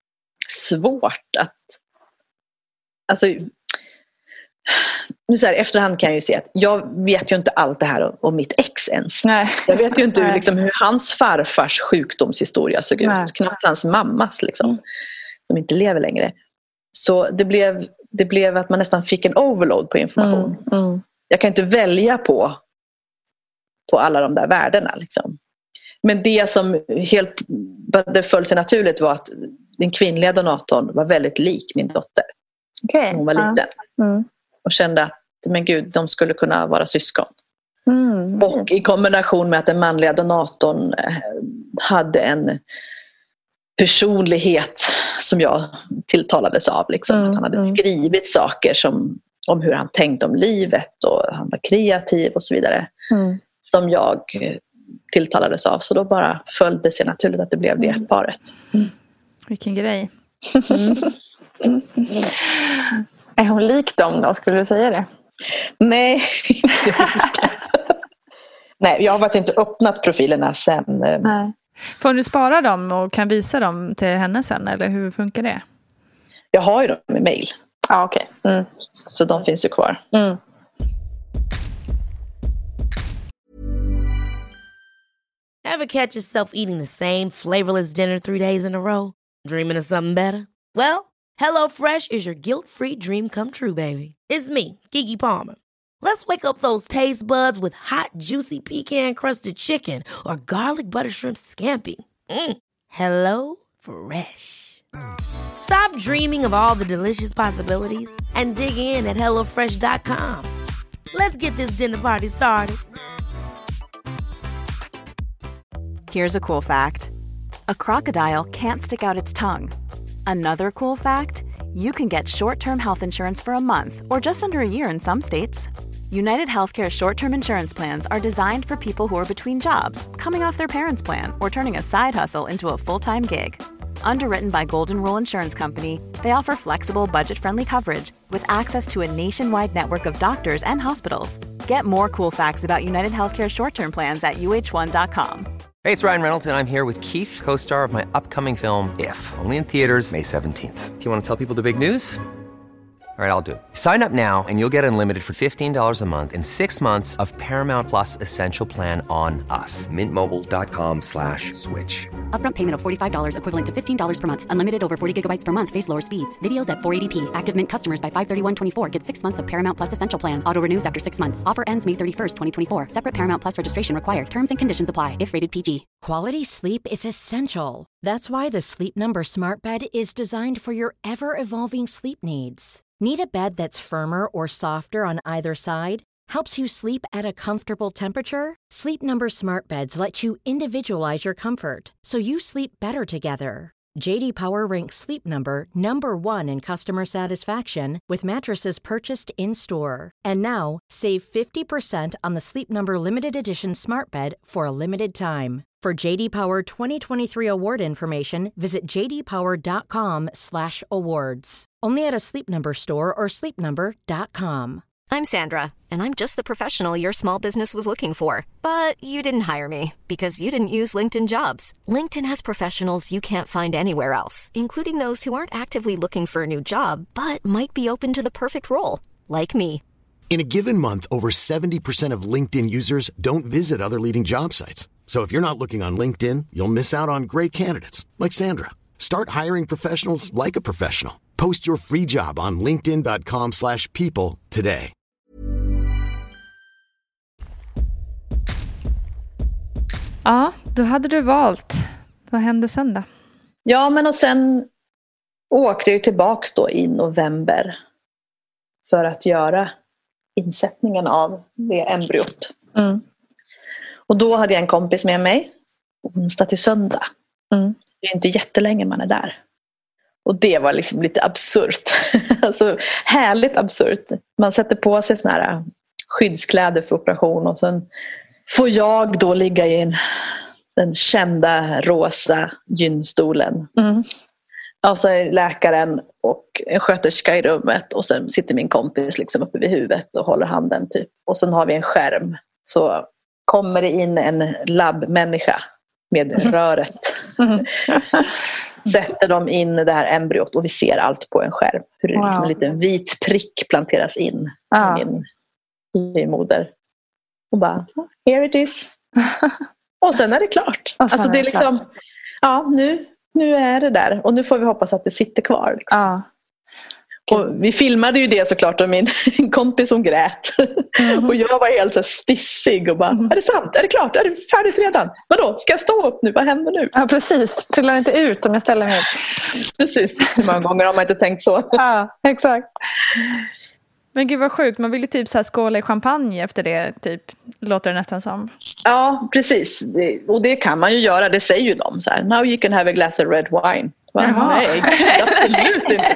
svårt att... Alltså... Nu så här, efterhand kan jag ju se att jag vet ju inte allt det här om mitt ex ens. Nej. Jag vet ju inte liksom, hur hans farfars sjukdomshistoria såg ut. Nej. Knappt hans mammas liksom, mm. som inte lever längre. Så det blev, det blev att man nästan fick en overload på information. Mm. Mm. Jag kan inte välja på, på alla de där värdena. Liksom. Men det som helt det föll sig naturligt var att den kvinnliga donatorn var väldigt lik min dotter. Okay. Hon var liten. Mm. Och kände att men gud, de skulle kunna vara syskon. Mm. Och i kombination med att den manliga donatorn hade en personlighet som jag tilltalades av. Liksom. Mm. Han hade skrivit saker som, om hur han tänkte om livet och han var kreativ och så vidare. Mm. Som jag tilltalades av. Så då bara följde det sig naturligt att det blev det mm. paret. Mm. Vilken grej. Mm. Mm. Är hon lik dem då, skulle du säga det? Nej. Nej, jag har faktiskt inte öppnat profilerna sen. Nej. Får du spara dem och kan visa dem till henne sen, eller hur funkar det? Jag har ju dem i mail. Ja, okej. Okay. Mm. Så de finns ju kvar. Mm. Ever catch yourself eating the same flavorless dinner three days in a row? Dreaming of something better? Well, HelloFresh is your guilt-free dream come true, baby. It's me, Keke Palmer. Let's wake up those taste buds with hot, juicy pecan-crusted chicken or garlic butter shrimp scampi. Mm. Hello Fresh. Stop dreaming of all the delicious possibilities and dig in at hello fresh dot com. Let's get this dinner party started. Here's a cool fact. A crocodile can't stick out its tongue. Another cool fact, you can get short-term health insurance for a month or just under a year in some states. United Healthcare short-term insurance plans are designed for people who are between jobs, coming off their parents' plan, or turning a side hustle into a full-time gig. Underwritten by Golden Rule Insurance Company, they offer flexible, budget-friendly coverage with access to a nationwide network of doctors and hospitals. Get more cool facts about United Healthcare short-term plans at U H one dot com. Hey, it's Ryan Reynolds, and I'm here with Keith, co-star of my upcoming film, If, only in theaters May seventeenth. Do you want to tell people the big news? All right, I'll do it. Sign up now and you'll get unlimited for fifteen dollars a month and six months of Paramount Plus Essential Plan on us. Mint Mobile dot com slash switch. Upfront payment of forty-five dollars equivalent to fifteen dollars per month. Unlimited over forty gigabytes per month. Face lower speeds. Videos at four eighty p. Active Mint customers by five thirty-one twenty-four get six months of Paramount Plus Essential Plan. Auto renews after six months. Offer ends May thirty-first, twenty twenty-four. Separate Paramount Plus registration required. Terms and conditions apply if rated P G. Quality sleep is essential. That's why the Sleep Number Smart Bed is designed for your ever-evolving sleep needs. Need a bed that's firmer or softer on either side? Helps you sleep at a comfortable temperature? Sleep Number Smart Beds let you individualize your comfort, so you sleep better together. J D Power ranks Sleep Number number one in customer satisfaction with mattresses purchased in-store. And now, save fifty percent on the Sleep Number Limited Edition Smart Bed for a limited time. For J D Power twenty twenty-three award information, visit j d power dot com slash awards. Only at a Sleep Number store or sleep number dot com. I'm Sandra, and I'm just the professional your small business was looking for. But you didn't hire me because you didn't use LinkedIn Jobs. LinkedIn has professionals you can't find anywhere else, including those who aren't actively looking for a new job, but might be open to the perfect role, like me. In a given month, over seventy percent of LinkedIn users don't visit other leading job sites. So if you're not looking on LinkedIn, you'll miss out on great candidates like Sandra. Start hiring professionals like a professional. Post your free job on linkedin dot com slash people today. Ja, då hade du valt. Vad hände sen då? Ja, men och sen åkte jag tillbaks då i november för att göra insättningen av det embryot. Mm. Och då hade jag en kompis med mig onsdag till söndag. Mm. Det är inte jättelänge man är där. Och det var liksom lite absurt. Alltså härligt absurt. Man sätter på sig såna här skyddskläder för operation och sen får jag då ligga i en, den kända rosa gynstolen. Mm. Och så är läkaren och en sköterska i rummet och sen sitter min kompis liksom uppe vid huvudet och håller handen typ. Och sen har vi en skärm. Så kommer det in en labbmänniska med röret. Mm. Sätter de in det här embryot och vi ser allt på en skärm. Hur det Wow. liksom en liten vit prick planteras in Ja. i min livmoder. Och bara, here it is. Och sen är det klart. Och sen Alltså är det är det liksom, klart. ja nu, nu är det där. Och nu får vi hoppas att det sitter kvar. Liksom. Ja. Och vi filmade ju det såklart och min kompis som grät. Mm. Och jag var helt så stissig och bara, Mm. är det sant? Är det klart? Är det färdigt redan? Vadå? Ska jag stå upp nu? Vad händer nu? Ja, precis. Trillar inte ut om jag ställer mig upp. Precis. Hur många gånger har man inte tänkt så? Ja, exakt. Men gud vad sjukt. Man vill ju typ så här skåla i champagne efter det. Typ, låter det nästan som. Ja, precis. Det, och det kan man ju göra. Det säger ju de. Så här, now you can have a glass of red wine. Va? Nej, absolut inte.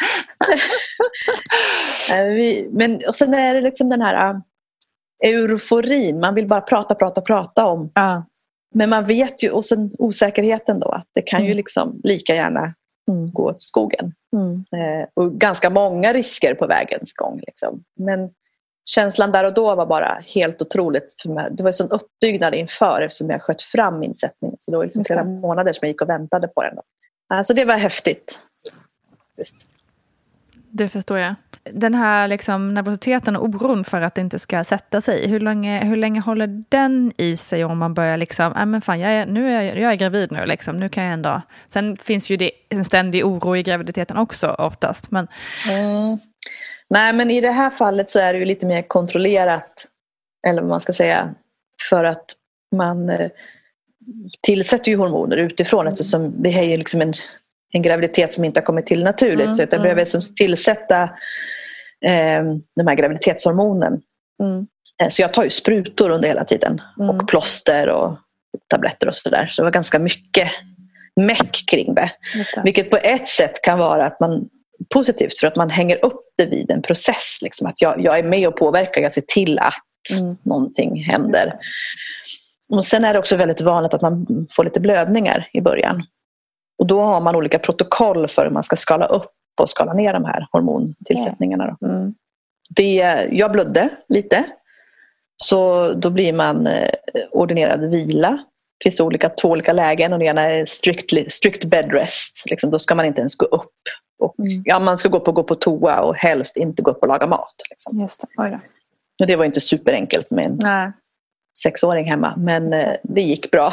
Vi, men, och sen är det liksom den här uh, euforin. Man vill bara prata, prata, prata om. Ja. Men man vet ju, och sen osäkerheten då. Att det kan Mm. ju liksom lika gärna Mm. gå åt skogen. Mm. Eh, och ganska många risker på vägens gång. Liksom. Men känslan där och då var bara helt otroligt för mig. Det var en sån uppbyggnad inför eftersom jag sköt fram insättningen. Så det var liksom flera månader som jag gick och väntade på den. Då. Alltså det var häftigt. Just. Det förstår jag. Den här liksom nervositeten och oron för att det inte ska sätta sig. Hur länge, hur länge håller den i sig om man börjar liksom, äh, men fan, jag är, nu är jag, jag är gravid nu liksom, nu kan jag ändå. Sen finns ju det en ständig oro i graviditeten också oftast. Men... Mm. Nej, men i det här fallet så är det ju lite mer kontrollerat, eller vad man ska säga, för att man eh, tillsätter ju hormoner utifrån mm. eftersom det är ju liksom en en graviditet som inte har kommit till naturligt. Mm, så jag behöver mm. tillsätta eh, de här graviditetshormonen. Mm. Eh, så jag tar ju sprutor under hela tiden. Mm. Och plåster och tabletter och sådär. Så det var ganska mycket meck kring det. Just det. Vilket på ett sätt kan vara att man positivt för att man hänger upp det vid en process. Liksom, att jag, jag är med och påverkar, jag ser till att mm. någonting händer. Och sen är det också väldigt vanligt att man får lite blödningar i början. Och då har man olika protokoll för hur man ska skala upp och skala ner de här hormontillsättningarna. Då. Mm. Det, jag blödde lite. Så då blir man ordinerad vila. Det finns olika, två olika lägen och det ena är strictly, strict bed rest. Liksom, då ska man inte ens gå upp. Och, mm. ja, man ska gå på, gå på toa och helst inte gå upp och laga mat. Liksom. Just det. Oj då. Och det var inte superenkelt med en Nej. sexåring hemma. Men eh, det gick bra.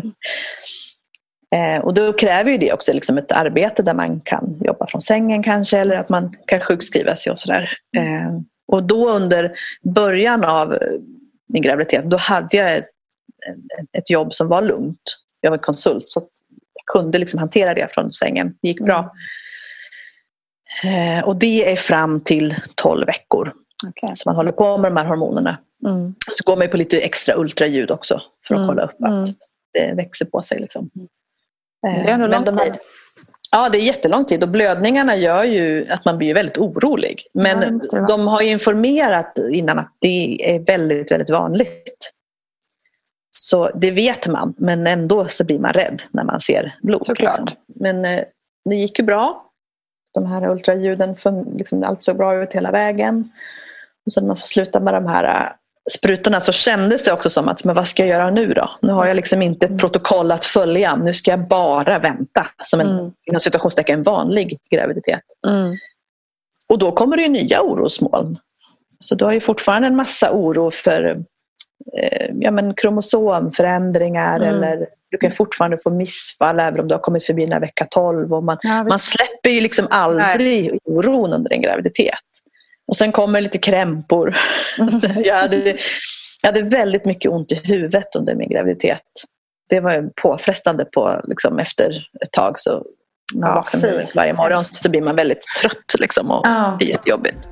eh, och då kräver ju det också liksom, ett arbete där man kan jobba från sängen kanske. Eller att man kan sjukskriva sig och sådär. Eh, och då under början av min graviditet, då hade jag ett, ett jobb som var lugnt. Jag var konsult så jag kunde liksom hantera det från sängen. Det gick bra. Mm. Eh, och det är fram till tolv veckor. Okay. Så man håller på med de här hormonerna. Mm. Så går man på lite extra ultraljud också för att mm. kolla upp att mm. det växer på sig. Liksom. Eh, det är nog lång de här, tid. Ja, det är jättelång tid och blödningarna gör ju att man blir väldigt orolig. Men ja, de har ju informerat innan att det är väldigt, väldigt vanligt. Så det vet man, men ändå så blir man rädd när man ser blod. Såklart. Liksom. Men eh, det gick ju bra. De här ultraljuden, liksom, allt såg bra ut hela vägen. Och sen när man får sluta med de här äh, sprutorna så kändes det också som att, men vad ska jag göra nu då? Nu har jag liksom inte ett protokoll att följa. Nu ska jag bara vänta som en, mm. inom situationstecken, vanlig graviditet. Mm. Och då kommer det ju nya orosmoln. Så du har ju fortfarande en massa oro för eh, ja, men kromosomförändringar mm. eller du kan fortfarande få missfall även om du har kommit förbi den här vecka tolv. Och man, ja, man släpper ju liksom aldrig Nej. oron under en graviditet. Och sen kommer lite krämpor. jag, hade, jag hade väldigt mycket ont i huvudet under min graviditet. Det var påfrestande på, liksom, efter ett tag. Så man ja, vaknar varje morgon så blir man väldigt trött liksom, och ja. det är jättejobbigt.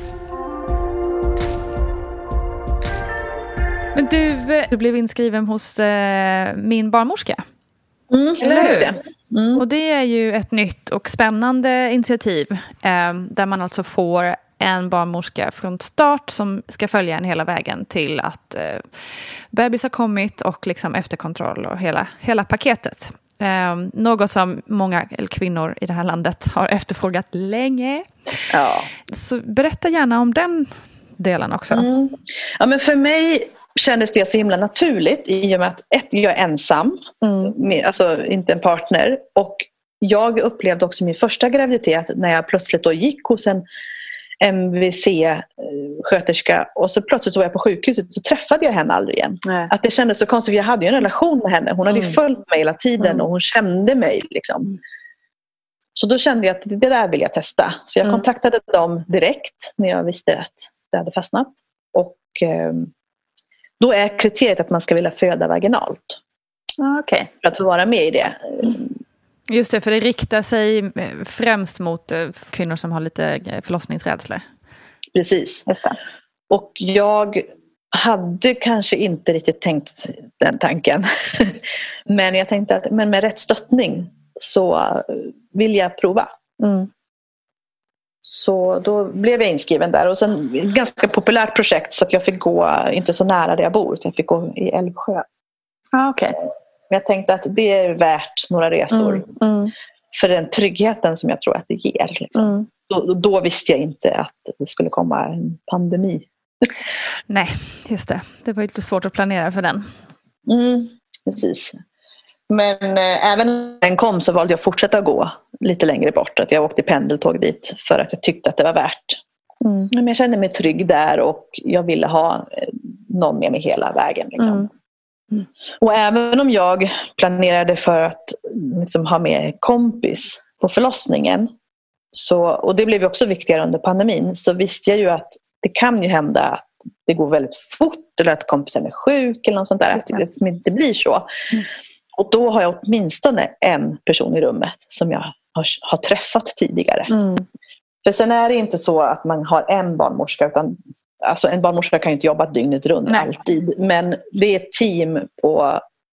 Men du, du blev inskriven hos eh, min barnmorska. Mm, eller hur? Det. Mm. Och det är ju ett nytt och spännande initiativ eh, där man alltså får en barnmorska från start som ska följa en hela vägen till att eh, bebis har kommit och liksom efterkontroll och hela, hela paketet. Eh, något som många eller kvinnor i det här landet har efterfrågat länge. Ja. Så berätta gärna om den delen också. Mm. Ja, men för mig kändes det så himla naturligt i och med att ett, jag är ensam, mm. med, alltså inte en partner, och jag upplevde också min första graviditet när jag plötsligt då gick hos en M V C-sköterska och så plötsligt så var jag på sjukhuset så träffade jag henne aldrig igen. Nej. Att det kändes så konstigt, jag hade ju en relation med henne, hon hade ju mm. följt mig hela tiden mm. och hon kände mig liksom. Mm. Så då kände jag att det där vill jag testa. Så jag mm. kontaktade dem direkt när jag visste att det hade fastnat. Och eh, då är kriteriet att man ska vilja föda vaginalt. Ah, okay. För att få vara med i det. Just det, för det riktar sig främst mot kvinnor som har lite förlossningsrädsla. Precis. Just det. Och jag hade kanske inte riktigt tänkt den tanken. Men jag tänkte att men med rätt stöttning så vill jag prova. Mm. Så då blev jag inskriven där. Och sen ett ganska populärt projekt så att jag fick gå inte så nära där jag bor. Jag fick gå i Älvsjö. Ah, okay. Men jag tänkte att det är värt några resor. Mm, mm. För den tryggheten som jag tror att det ger. Liksom. Mm. Då, då visste jag inte att det skulle komma en pandemi. Nej, just det. Det var lite svårt att planera för den. Mm, precis. Men eh, även när den kom så valde jag att fortsätta gå lite längre bort. Att jag åkte pendeltåg dit för att jag tyckte att det var värt. Mm. Men jag kände mig trygg där och jag ville ha någon med mig hela vägen. Liksom. Mm. Mm. Och även om jag planerade för att liksom, ha med kompis på förlossningen så, och det blev också viktigare under pandemin, så visste jag ju att det kan ju hända att det går väldigt fort eller att kompisen är sjuk eller något sånt där, att det inte blir så. Mm. Och då har jag åtminstone en person i rummet som jag har, har träffat tidigare. Mm. För sen är det inte så att man har en barnmorska, utan alltså en barnmorska kan ju inte jobba dygnet runt. Nej. Alltid. Men det är ett team på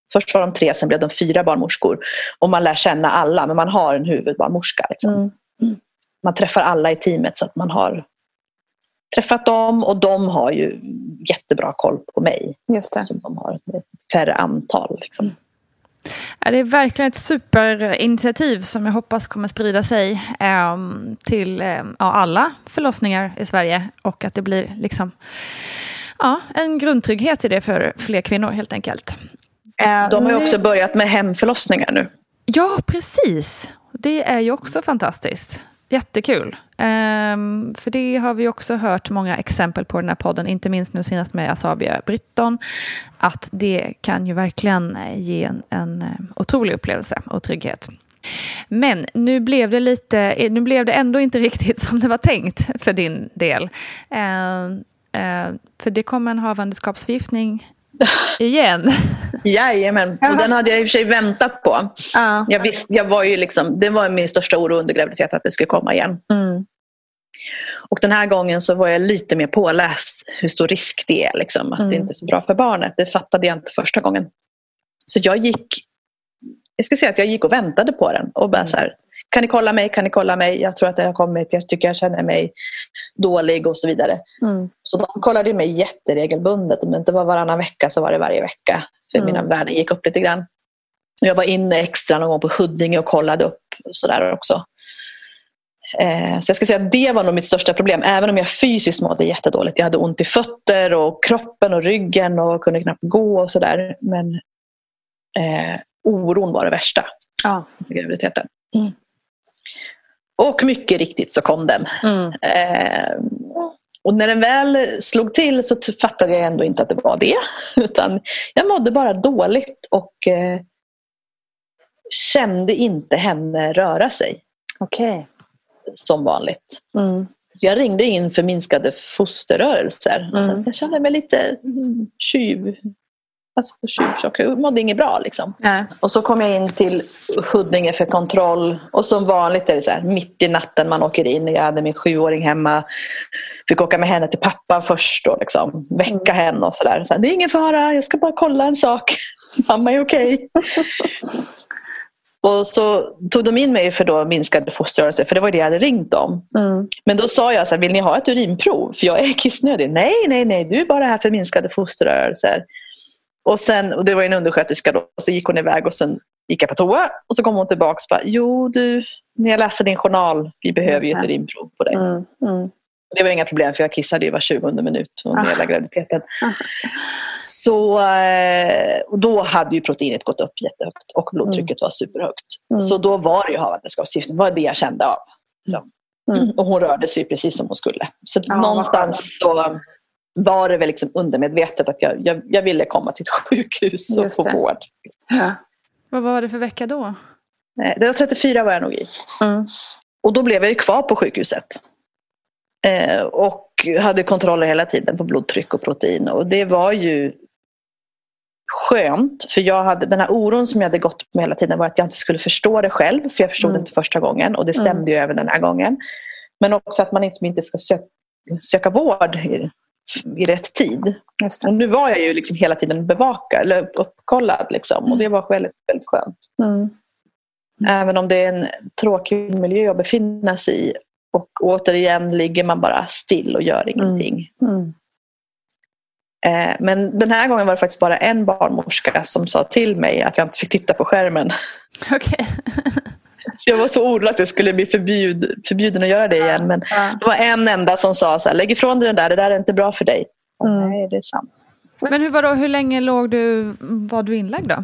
Först var de tre, sen blev de fyra barnmorskor. Och man lär känna alla, men man har en huvudbarnmorska. Liksom. Mm. Mm. Man träffar alla i teamet så att man har träffat dem. Och de har ju jättebra koll på mig. Just det. Så de har ett färre antal. Liksom. Mm. Det är verkligen ett superinitiativ som jag hoppas kommer sprida sig eh, till eh, alla förlossningar i Sverige. Och att det blir liksom, ja, en grundtrygghet i det för fler kvinnor helt enkelt. De har ju också börjat med hemförlossningar nu. Ja, precis. Det är ju också fantastiskt. Jättekul. Um, för det har vi också hört många exempel på i den här podden. Inte minst nu senast med Asabia Britton. Att det kan ju verkligen ge en, en otrolig upplevelse och trygghet. Men nu blev det lite, nu blev det ändå inte riktigt som det var tänkt för din del. Uh, uh, för det kom en havandeskapsförgiftning igen. Jajamän, och den hade jag i och för sig väntat på. Uh. Jag visste, jag var ju liksom, det var min största oro under graviditet att det skulle komma igen. Mm. Och den här gången så var jag lite mer påläst hur stor risk det är. Liksom, att mm. det inte är så bra för barnet. Det fattade jag inte första gången. Så jag gick, jag ska säga att jag gick och väntade på den. Och bara så här, kan ni kolla mig, kan ni kolla mig? Jag tror att det har kommit, jag tycker jag känner mig dålig och så vidare. Mm. Så de kollade mig jätteregelbundet. Om det inte var varannan vecka så var det varje vecka. För mm. mina värden gick upp lite grann. Jag var inne extra någon gång på Huddinge och kollade upp sådär också. Eh, så jag ska säga att det var nog mitt största problem. Även om jag fysiskt mådde jättedåligt. Jag hade ont i fötter och kroppen och ryggen och kunde knappt gå och sådär. Men eh, oron var det värsta. Ja. Graviditeten. Mm. Och mycket riktigt så kom den. Mm. Eh, och när den väl slog till så fattade jag ändå inte att det var det. Utan jag mådde bara dåligt och eh, kände inte henne röra sig. Okej. Okay. Som vanligt. Mm. Så jag ringde in för minskade fosterrörelser. Mm. Så jag kände mig lite tjuv. Alltså tjuvtjock. Jag mådde inget bra liksom. Äh. Och så kom jag in till Huddinge för kontroll. Och som vanligt är det så här, mitt i natten man åker in. Jag hade min sjuåring hemma. Fick åka med henne till pappa först och liksom väcka mm. henne och sådär. Så det är ingen fara, jag ska bara kolla en sak. Mamma är okej. Okay. Och så tog de in mig för då minskade fosterrörelse. För det var det jag hade ringt om. Mm. Men då sa jag så här, vill ni ha ett urinprov? För jag är kissnödig. Nej, nej, nej, du är bara här för minskade fosterrörelser. Och sen, och det var en undersköterska då. Och så gick hon iväg och sen gick jag på toa. Och så kom hon tillbaka och bara, jo du, när jag läste din journal, vi behöver ju ett urinprov på dig. Mm. Mm. Det var inga problem för jag kissade ju var tjugonde minut under hela graviditeten. Ah. Så och då hade ju proteinet gått upp jättehögt och blodtrycket mm. var superhögt. Mm. Så då var det ju havandeskapsförgiftning. Det var det jag kände av. Så. Mm. Och hon rörde sig precis som hon skulle. Så ja, någonstans så var det väl liksom undermedvetet att jag, jag, jag ville komma till ett sjukhus och få vård. Ja. Vad var det för vecka då? Det var trettiofyra var jag nog i. Mm. Och då blev jag ju kvar på sjukhuset. Eh, och hade kontroller hela tiden på blodtryck och protein. Och det var ju skönt. För jag hade, den här oron som jag hade gått med hela tiden var att jag inte skulle förstå det själv. För jag förstod mm. det inte första gången. Och det stämde mm. ju även den här gången. Men också att man inte, inte ska söka, söka vård i, i rätt tid. Just det. Och nu var jag ju liksom hela tiden bevakad eller uppkollad. Liksom, mm. Och det var väldigt, väldigt skönt. Mm. Mm. Även om det är en tråkig miljö att befinna sig i. Och återigen ligger man bara still och gör ingenting. Mm. Mm. Eh, men den här gången var det faktiskt bara en barnmorska som sa till mig att jag inte fick titta på skärmen. Okej. Okay. Jag var så orolig att jag skulle bli förbjud, förbjuden att göra det igen. Men ja. Det var en enda som sa så här, lägg ifrån dig den där, det där är inte bra för dig. Mm. Nej, det är sant. Men hur, var då, hur länge låg du, var du inlagd då?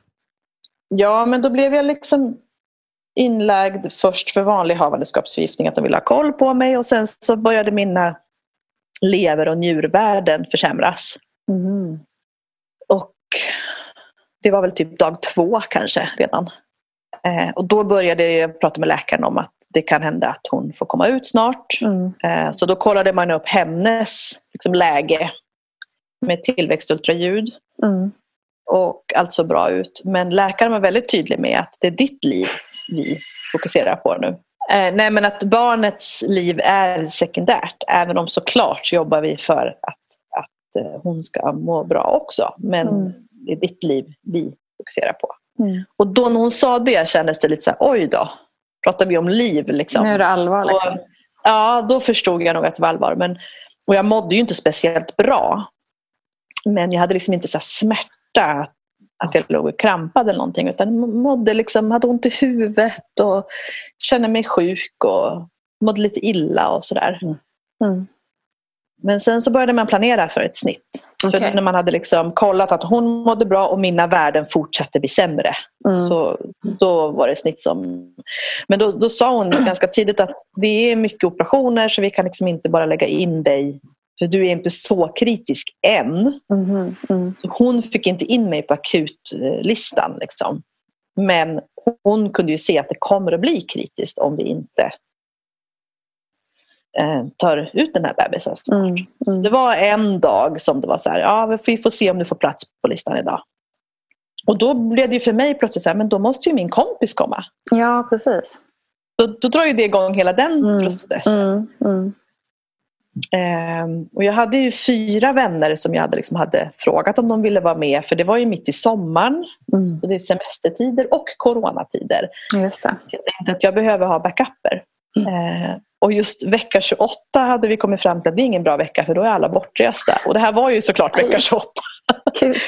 Ja, men då blev jag liksom inlagd först för vanlig havandeskapsförgiftning, att de ville ha koll på mig, och sen så började mina lever- och njurvärden försämras. Mm. Och det var väl typ dag två kanske redan. Eh, och då började jag prata med läkaren om att det kan hända att hon får komma ut snart. Mm. Eh, så då kollade man upp hennes liksom, läge med tillväxtultraljud. Mm. Och allt så bra ut. Men läkaren var väldigt tydlig med att det är ditt liv vi fokuserar på nu. Eh, nej, men att barnets liv är sekundärt. Även om såklart jobbar vi för att, att eh, hon ska må bra också. Men mm. det är ditt liv vi fokusera på. Mm. Och då när hon sa det kändes det lite så här, oj då, pratar vi om liv liksom. Nu är det allvar liksom. Och, ja, då förstod jag nog att det var allvar. Men, och jag mådde ju inte speciellt bra. Men jag hade liksom inte så här smärta att, att jag låg och krampade eller någonting. Utan jag mådde liksom, hade ont i huvudet och kände mig sjuk och mådde lite illa och sådär. Mm. Mm. Men sen så började man planera för ett snitt. Okay. För när man hade liksom kollat att hon mådde bra och mina värden fortsatte bli sämre. Mm. Så då var det snitt som... Men då, då sa hon ganska tidigt att det är mycket operationer så vi kan liksom inte bara lägga in dig. För du är inte så kritisk än. Mm. Mm. Så hon fick inte in mig på akutlistan. Liksom. Men hon kunde ju se att det kommer att bli kritiskt om vi inte... tar ut den här bebisen snart. Mm, mm. Det var en dag som det var så här, ja vi får se om du får plats på listan idag. Och då blev det ju för mig plötsligt så här, men då måste ju min kompis komma. Ja, precis. Då, då drar ju det igång hela den mm, processen. Mm, mm. Ehm, och jag hade ju fyra vänner som jag hade, liksom hade frågat om de ville vara med, för det var ju mitt i sommaren. Mm. Så det är semestertider och coronatider. Just det. Så jag tänkte att jag behöver ha backuper. Mm. Ehm, Och just vecka tjugoåtta hade vi kommit fram till att det är ingen bra vecka för då är alla bortresta. Och det här var ju såklart vecka tjugoåtta. Kul.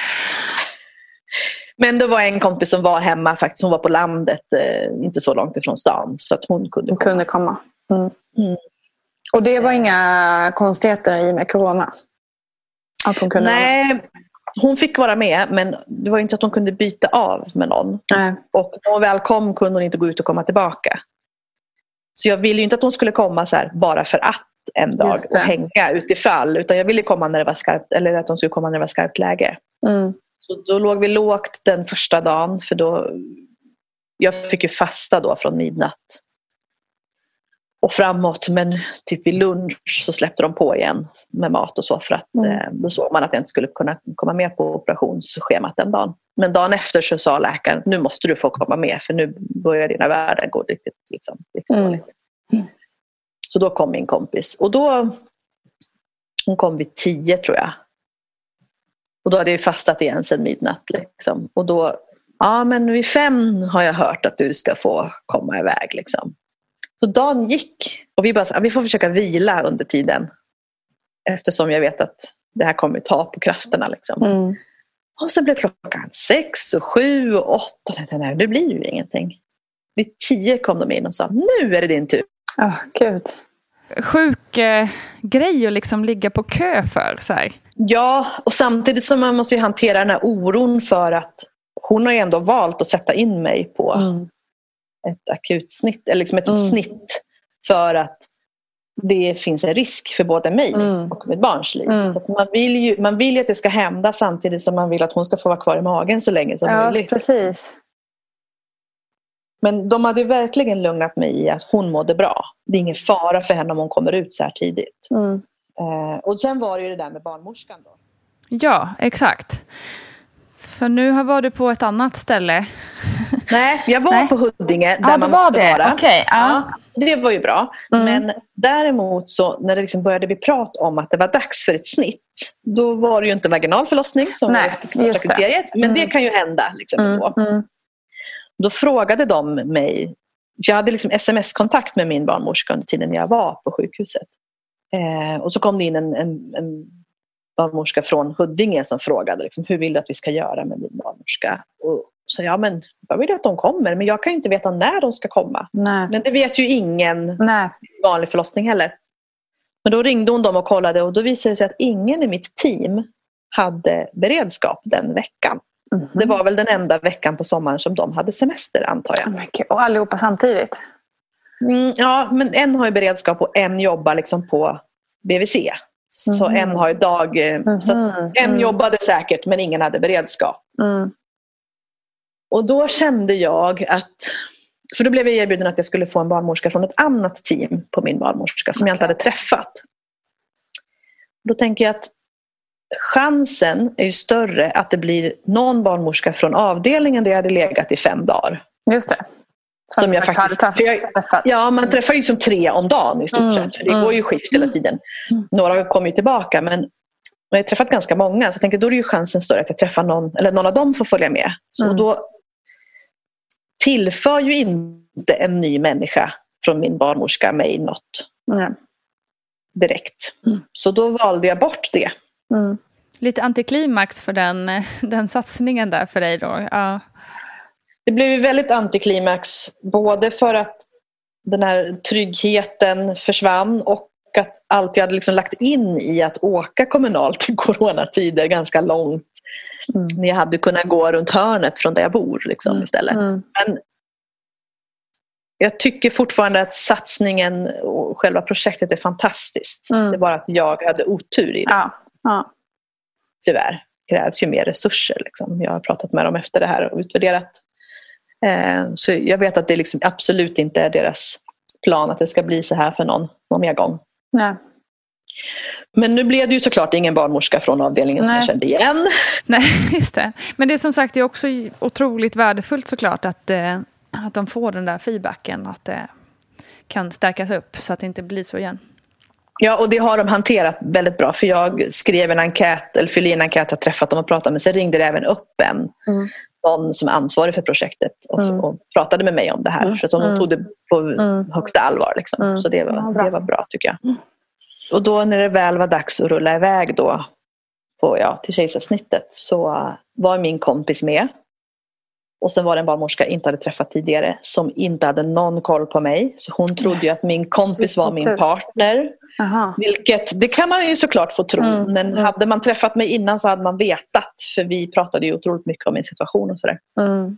Men det var en kompis som var hemma faktiskt. Hon var på landet, eh, inte så långt ifrån stan. Så att hon kunde hon komma. Kunde komma. Mm. Mm. Och det var inga konstigheter i med corona? Att hon kunde Nej, vara... hon fick vara med. Men det var inte att hon kunde byta av med någon. Nej. Och när hon väl kom kunde hon inte gå ut och komma tillbaka. Så jag ville ju inte att hon skulle komma så här bara för att en dag och hänga utifall. Utan jag ville komma när det var skarpt, eller att hon skulle komma när det var skarpt läge. Mm. Så då låg vi lågt den första dagen. För då, jag fick ju fasta då från midnatt. Och framåt, men typ vid lunch så släppte de på igen med mat och så. För att mm. eh, då såg man att jag inte skulle kunna komma med på operationsschemat den dagen. Men dagen efter så sa läkaren, nu måste du få komma med. För nu börjar dina värden gå riktigt, liksom, riktigt mm. dåligt. Mm. Så då kom min kompis. Och då, hon kom vid tio tror jag. Och då hade jag fastat igen sedan midnatt. Liksom. Och då, ja men vid fem har jag hört att du ska få komma iväg liksom. Så dagen gick och vi bara sa, vi får försöka vila under tiden. Eftersom jag vet att det här kommer ta på krafterna. Liksom. Mm. Och så blev klockan sex och sju och åtta. Och nej, det blir ju ingenting. Vid tio kom de in och sa, nu är det din tur. Ja, oh, gud. Sjuk eh, grej att liksom ligga på kö för så här. Ja, och samtidigt som man måste ju hantera den här oron för att hon har ju ändå valt att sätta in mig på... Mm. ett akutsnitt eller liksom ett mm. snitt för att det finns en risk för både mig mm. och mitt barns liv. Mm. Så att man vill ju man vill ju att det ska hända samtidigt som man vill att hon ska få vara kvar i magen så länge som ja, möjligt. Precis. Men de hade ju verkligen lugnat mig i att hon mådde bra. Det är ingen fara för henne om hon kommer ut så här tidigt. Mm. Eh, och sen var det ju det där med barnmorskan då. Ja, exakt. För nu var du på ett annat ställe. Nej, jag var Nej. på Huddinge där ja, man var måste det. vara. Okay, ja. Ja, det var ju bra. Mm. Men däremot så när det liksom började bli prat om att det var dags för ett snitt, då var det ju inte vaginalförlossning som Nej, var kriteriet. Men mm. det kan ju hända. Liksom, mm. då. Mm. då frågade de mig, jag hade liksom sms-kontakt med min barnmorska under tiden jag var på sjukhuset. Eh, och så kom det in en, en, en barnmorska från Huddinge som frågade liksom, hur vill du att vi ska göra med min barnmorska? Och så ja, men jag vill att de kommer, men jag kan ju inte veta när de ska komma. Nej. Men det vet ju ingen Nej. vanlig förlossning heller. Men då ringde hon dem och kollade och då visade det sig att ingen i mitt team hade beredskap den veckan. Mm-hmm. Det var väl den enda veckan på sommaren som de hade semester, antar jag. Oh, och allihopa samtidigt? Mm, ja, men en har ju beredskap och en jobbar liksom på B V C. Mm-hmm. Så en har ju dag... Mm-hmm. Så att en jobbade säkert men ingen hade beredskap. Mm. Och då kände jag att... För då blev jag erbjuden att jag skulle få en barnmorska från ett annat team på min barnmorska som okay. jag inte hade träffat. Då tänker jag att chansen är ju större att det blir någon barnmorska från avdelningen där jag hade legat i fem dagar. Just det. Som, som jag faktiskt hade träffat. Ja, man träffar ju som tre om dagen i stort mm, sett. För det mm, går ju skift hela tiden. Mm. Några kommer ju tillbaka, men jag har träffat ganska många, så jag tänker då är det ju chansen större att jag träffar någon, eller någon av dem får följa med. Så mm. då tillför ju inte en ny människa från min barnmorska mig något mm. direkt. Mm. Så då valde jag bort det. Mm. Lite antiklimax för den, den satsningen där för dig då. Ja. Det blev ju väldigt antiklimax, både för att den här tryggheten försvann och att allt jag hade liksom lagt in i att åka kommunalt i coronatider ganska långt. Mm. När jag hade kunnat gå runt hörnet från där jag bor liksom, mm. istället. Mm. Men jag tycker fortfarande att satsningen och själva projektet är fantastiskt. Mm. Det är bara att jag hade otur i det. Ja. Ja. Tyvärr krävs ju mer resurser. Liksom. Jag har pratat med dem efter det här och utvärderat. Eh, så jag vet att det liksom absolut inte är deras plan att det ska bli så här för någon, någon mer gång. Nej. Men nu blev det ju såklart ingen barnmorska från avdelningen. Nej. Som jag kände igen. Nej, just det. Men det är som sagt det är också otroligt värdefullt såklart att, eh, att de får den där feedbacken, att det kan stärkas upp så att det inte blir så igen. Ja, och det har de hanterat väldigt bra, för jag skrev en enkät, eller fyllde in en enkät, jag träffat dem och pratat med, sen ringde det även upp en mm. någon som är ansvarig för projektet och, mm. och pratade med mig om det här, mm. så att de mm. tog det på mm. högsta allvar liksom. Mm. Så det var, ja, bra. det var bra tycker jag. Mm. Och då när det väl var dags att rulla iväg då på, ja, till kejsarsnittet, så var min kompis med. Och sen var det en barnmorska jag inte hade träffat tidigare som inte hade någon koll på mig. Så hon trodde ju att min kompis var min partner. Aha. Vilket, det kan man ju såklart få tro. Mm. Men hade man träffat mig innan så hade man vetat. För vi pratade ju otroligt mycket om min situation och sådär. Mm.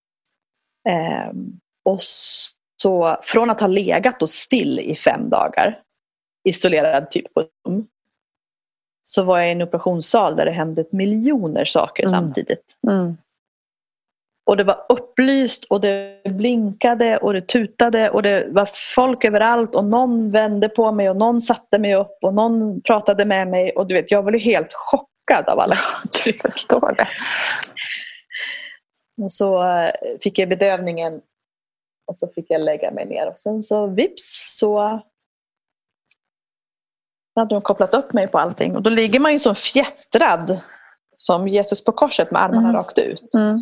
Ehm, och så från att ha legat och still i fem dagar, isolerad typ på ett rum, så var jag i en operationssal där det hände miljoner saker mm. samtidigt. Mm. Och det var upplyst och det blinkade och det tutade och det var folk överallt och någon vände på mig och någon satte mig upp och någon pratade med mig och du vet, jag var ju helt chockad av alla. Du förstår det. Och så fick jag bedövningen och så fick jag lägga mig ner och sen så vips så hade de kopplat upp mig på allting och då ligger man ju som fjättrad som Jesus på korset med armarna mm. rakt ut. Mm.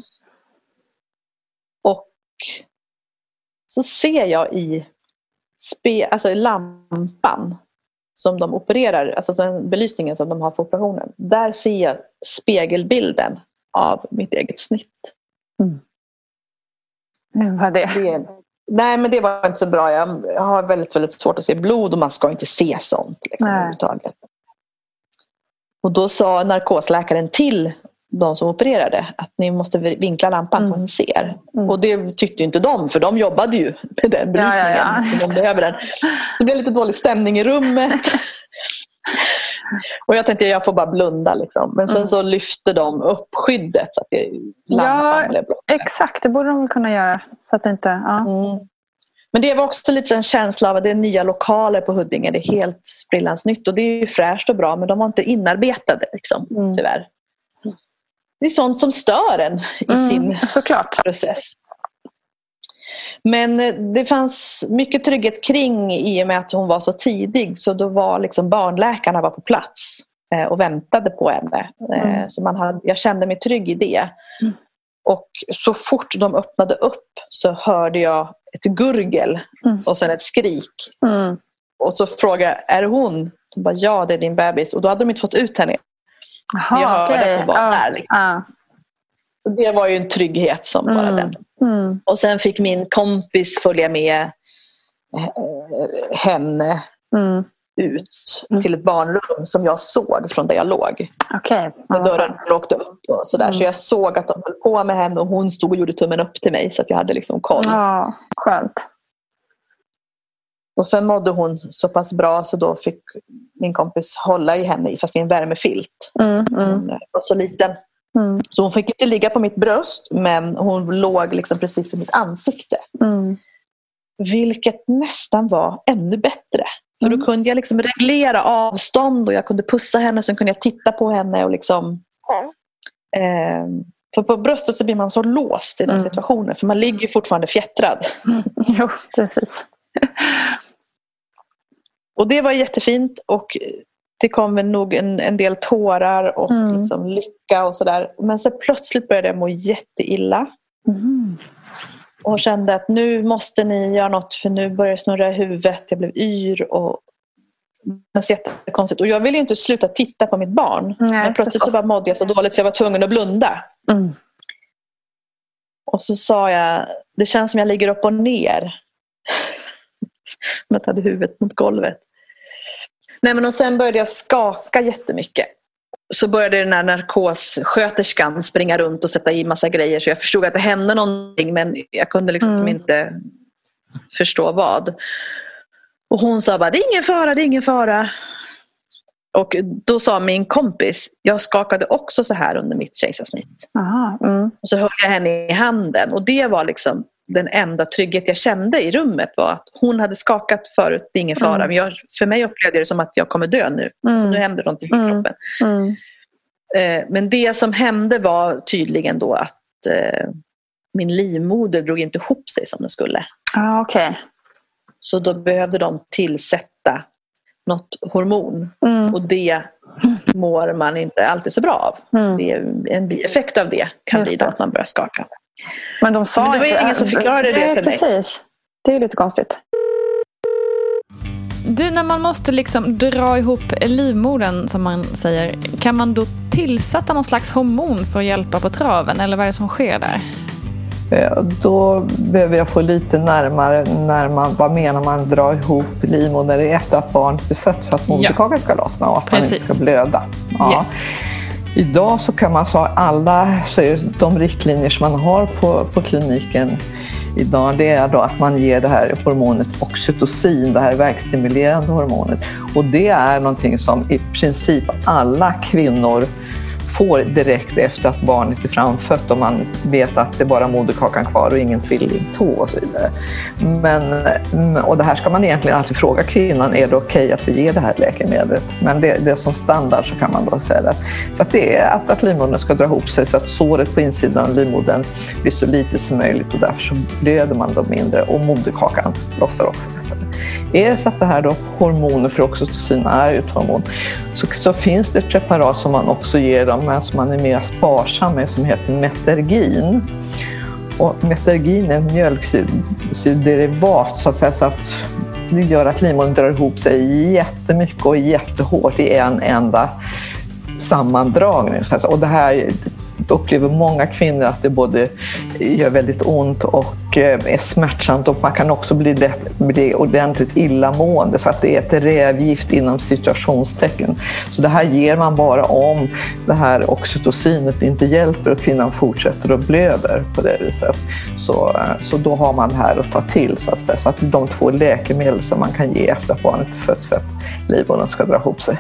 Och så ser jag i spe, alltså lampan som de opererar, alltså den belysningen som de har för operationen. Där ser jag spegelbilden av mitt eget snitt. Mm. Hur var det? det? Nej, men det var inte så bra. Jag, jag har väldigt, väldigt svårt att se blod och man ska inte se sånt liksom, överhuvudtaget. Och då sa narkosläkaren till de som opererade att ni måste vinkla lampan mm. på en ser. Mm. Och det tyckte ju inte de, för de jobbade ju med den belysningen. Ja, ja, ja. De behöver den. Så det blev lite dålig stämning i rummet. Och jag tänkte jag får bara blunda liksom. Men sen mm. så lyfte de upp skyddet så att det, lampan ja, blev blå. Exakt, det borde de väl kunna göra. Så att det inte, ja. mm. Men det var också lite en känsla av att det är nya lokaler på Huddinge. Det är helt sprillans nytt och det är ju fräscht och bra, men de var inte inarbetade liksom, mm. tyvärr. Det är sånt som stör en i mm, sin såklart. process. Men det fanns mycket trygghet kring i och med att hon var så tidig. Så då var liksom barnläkarna var på plats och väntade på henne. Mm. Så man hade, jag kände mig trygg i det. Mm. Och så fort de öppnade upp så hörde jag ett gurgel mm. och sen ett skrik. Mm. Och så frågade jag, är det hon? De bara, ja, det är din bebis. Och då hade de inte fått ut henne. Aha, jag hörde okay. att hon var ah, där. Liksom. Ah. Så det var ju en trygghet som mm. bara den. Mm. Och sen fick min kompis följa med henne mm. ut mm. till ett barnrum som jag såg från där jag låg. Okay. När dörren åkte upp och sådär. Mm. Så jag såg att de höll på med henne och hon stod och gjorde tummen upp till mig så att jag hade liksom koll. Ja, skönt. Och sen mådde hon så pass bra så då fick min kompis hålla i henne fast i en värmefilt. Mm, mm. Hon var så liten. Mm. Så hon fick inte ligga på mitt bröst, men hon låg liksom precis vid mitt ansikte. Mm. Vilket nästan var ännu bättre. För mm. då kunde jag liksom reglera avstånd och jag kunde pussa henne, sen kunde jag titta på henne och liksom... Mm. Eh, för på bröstet så blir man så låst i den mm. situationen. För man ligger ju fortfarande fjättrad. Mm. Jo, precis. Och det var jättefint och det kom väl nog en, en del tårar och Mm. liksom lycka och sådär. Men så plötsligt började jag må jätteilla. Mm. Och kände att nu måste ni göra något, för nu börjar jag snurra i huvudet. Jag blev yr och det var jättekonstigt. Och jag ville ju inte sluta titta på mitt barn. Nej, men plötsligt så bara mådde jag så dåligt så jag var tvungen att blunda. Mm. Och så sa jag, det känns som jag ligger upp och ner. Jag hade huvudet mot golvet. Nej, men och sen började jag skaka jättemycket. Så började den här narkossköterskan springa runt och sätta i massa grejer. Så jag förstod att det hände någonting, men jag kunde liksom Mm. inte förstå vad. Och hon sa bara, det är ingen fara, det är ingen fara. Och då sa min kompis, jag skakade också så här under mitt kejsarsnitt. Aha. Mm. Och så höll jag henne i handen. Och det var liksom den enda trygghet jag kände i rummet, var att hon hade skakat förut, det är ingen fara. Mm. Men jag, för mig upplevde det som att jag kommer dö nu. Mm. Så nu händer något i Mm. kroppen. Mm. Eh, men det som hände var tydligen då att eh, min livmoder drog inte ihop sig som den skulle. Ah, okej. Okay. Så då behövde de tillsätta något hormon. Mm. Och det mår man inte alltid så bra av. Mm. Det är en bieffekt av det kan Just bli då det. att man börjar skaka. Men de sa Men det var inte- ingen som förklarade det Nej, för mig. Precis. Det är ju lite konstigt. Du, när man måste liksom dra ihop livmodern, som man säger, kan man då tillsätta någon slags hormon för att hjälpa på traven? Eller vad är det som sker där? Eh, Då behöver jag få lite närmare när man, vad menar man dra ihop livmodern efter att barnet är fött, för att moderkakan ska lossna och att man inte Precis. ska blöda. Ja. Yes. Idag så kan man säga alla, så är de riktlinjer som man har på, på kliniken idag, det är då att man ger det här hormonet oxytocin, det här värkstimulerande hormonet. Och det är någonting som i princip alla kvinnor får direkt efter att barnet är framfött, och man vet att det är bara moderkakan kvar och ingen tvillingtå och så vidare. Men, och det här ska man egentligen alltid fråga kvinnan, är det okej okay att vi ger det här läkemedlet? Men det, det är som standard, så kan man då säga det. Så att det är att, att livmodern ska dra ihop sig så att såret på insidan av livmodern blir så lite som möjligt, och därför så blöder man då mindre och moderkakan lossar också lättare. Är det så att det här då hormoner, för oxytocin är ju ett hormon, så, så finns det ett preparat som man också ger dem, men som man är mer sparsam med, som heter Metergin. Och Metergin är en mjölksyrerderivat, så att säga, så att det gör att livmodern drar ihop sig jättemycket och jättehårt i en enda sammandragning. Och det här upplever många kvinnor att det både gör väldigt ont och är smärtsamt, och man kan också bli, lätt, bli ordentligt illamående, så att det är ett rävgift inom situationstecken. Så det här ger man bara om det här oxytocinet inte hjälper och kvinnan fortsätter och blöder på det viset. Så, så då har man det här att ta till, så att säga. Så att de två läkemedel som man kan ge efter att barnet är fött för att livmodern ska dra ihop sig.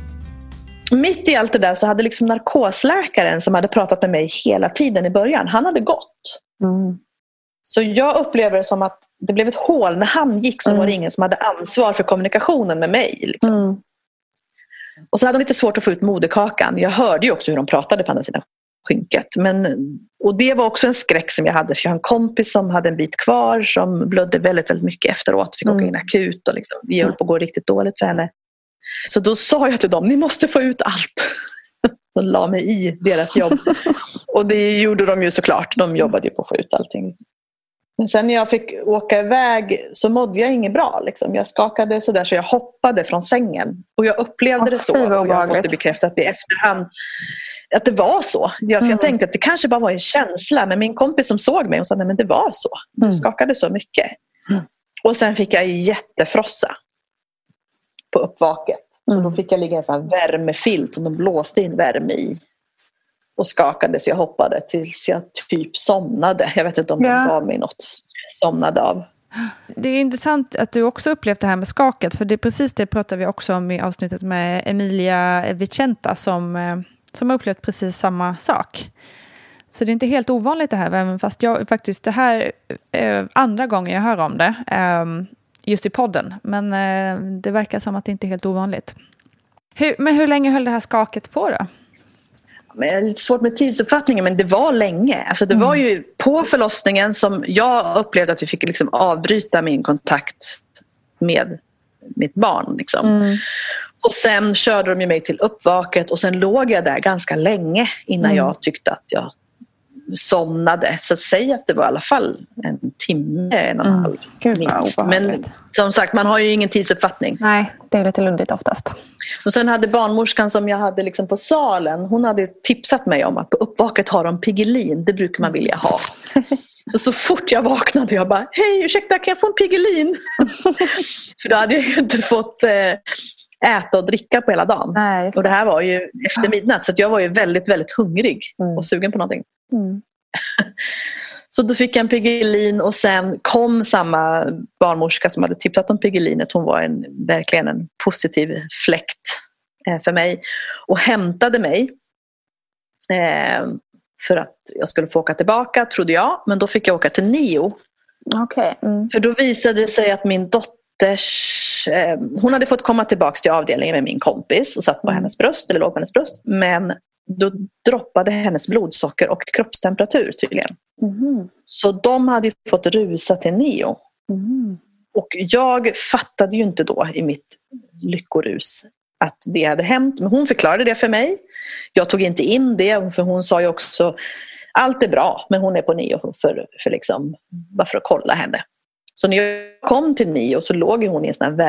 Mitt i allt det där så hade liksom narkosläkaren som hade pratat med mig hela tiden i början, han hade gått. Mm. Så jag upplever det som att det blev ett hål. När han gick så Mm. var det ingen som hade ansvar för kommunikationen med mig. Liksom. Mm. Och så hade de lite svårt att få ut moderkakan. Jag hörde ju också hur de pratade på andra sidan skynket. Men, och det var också en skräck som jag hade. För jag har en kompis som hade en bit kvar som blödde väldigt, väldigt mycket efteråt. Fick åka Mm. in akut och liksom, vi höll på att gå riktigt dåligt för henne. Så då sa jag till dem, ni måste få ut allt. Så la mig i deras jobb. Och det gjorde de ju såklart. De jobbade ju på att få ut allting. Men sen när jag fick åka iväg så mådde jag inget bra. Liksom. Jag skakade så där så jag hoppade från sängen. Och jag upplevde det så. Fy, vad Och jag har fått det obehagligt. bekräftat i efterhand. Att det var så. Jag, för jag Mm. tänkte att det kanske bara var en känsla. Men min kompis som såg mig och sa, nej men det var så. Du Mm. skakade så mycket. Mm. Och sen fick jag jättefrossa på uppvaket. Så Mm. då fick jag ligga i en sån här värmefilt och de blåste in värme i. Och skakade så jag hoppade tills jag typ somnade. Jag vet inte om Ja. de gav mig något somnade av. Det är intressant att du också upplevt det här med skaket, för det är precis det pratar vi också om i avsnittet med Emilia Vicenta som, eh, som har upplevt precis samma sak. Så det är inte helt ovanligt det här, även fast jag faktiskt det här eh, andra gången jag hör om det eh, just i podden, men eh, det verkar som att det inte är helt ovanligt. Hur, men hur länge höll det här skaket på då? Men det är lite svårt med tidsuppfattningen, men det var länge. Alltså det var ju på förlossningen som jag upplevde att vi fick liksom avbryta min kontakt med mitt barn. Liksom. Mm. Och sen körde de ju mig till uppvaket och sen låg jag där ganska länge innan mm. jag tyckte att jag somnade. Så säg att det var i alla fall en timme, en och en mm. halv. Gud, vad men som sagt, man har ju ingen tidsuppfattning. Nej, det är lite luddigt oftast. Och sen hade barnmorskan som jag hade liksom på salen, hon hade tipsat mig om att på uppvaket har de Piggelin. Det brukar man vilja ha. Så så fort jag vaknade jag bara, hej ursäkta, kan jag få en Piggelin? För då hade jag ju inte fått eh, äta och dricka på hela dagen. Nej, och det här var ju efter midnatt, så att jag var ju väldigt, väldigt hungrig mm. och sugen på någonting. Mm. Så då fick jag en Piggelin och sen kom samma barnmorska som hade tipsat om Piggelinet. Hon var en, verkligen en positiv fläkt eh, för mig och hämtade mig eh, för att jag skulle få åka tillbaka, trodde jag. Men då fick jag åka till Neo. Okay. Mm. För då visade det sig att min dotters... Eh, hon hade fått komma tillbaka till avdelningen med min kompis och satt på hennes bröst, eller låg på hennes bröst. Men då droppade hennes blodsocker och kroppstemperatur tydligen. Mm. Så de hade ju fått rusa till Neo. Mm. Och jag fattade ju inte då i mitt lyckorus att det hade hänt. Men hon förklarade det för mig. Jag tog inte in det, för hon sa ju också allt är bra, men hon är på Neo för, för liksom, bara för att kolla henne. Så när jag kom till Neo så låg hon i en sån här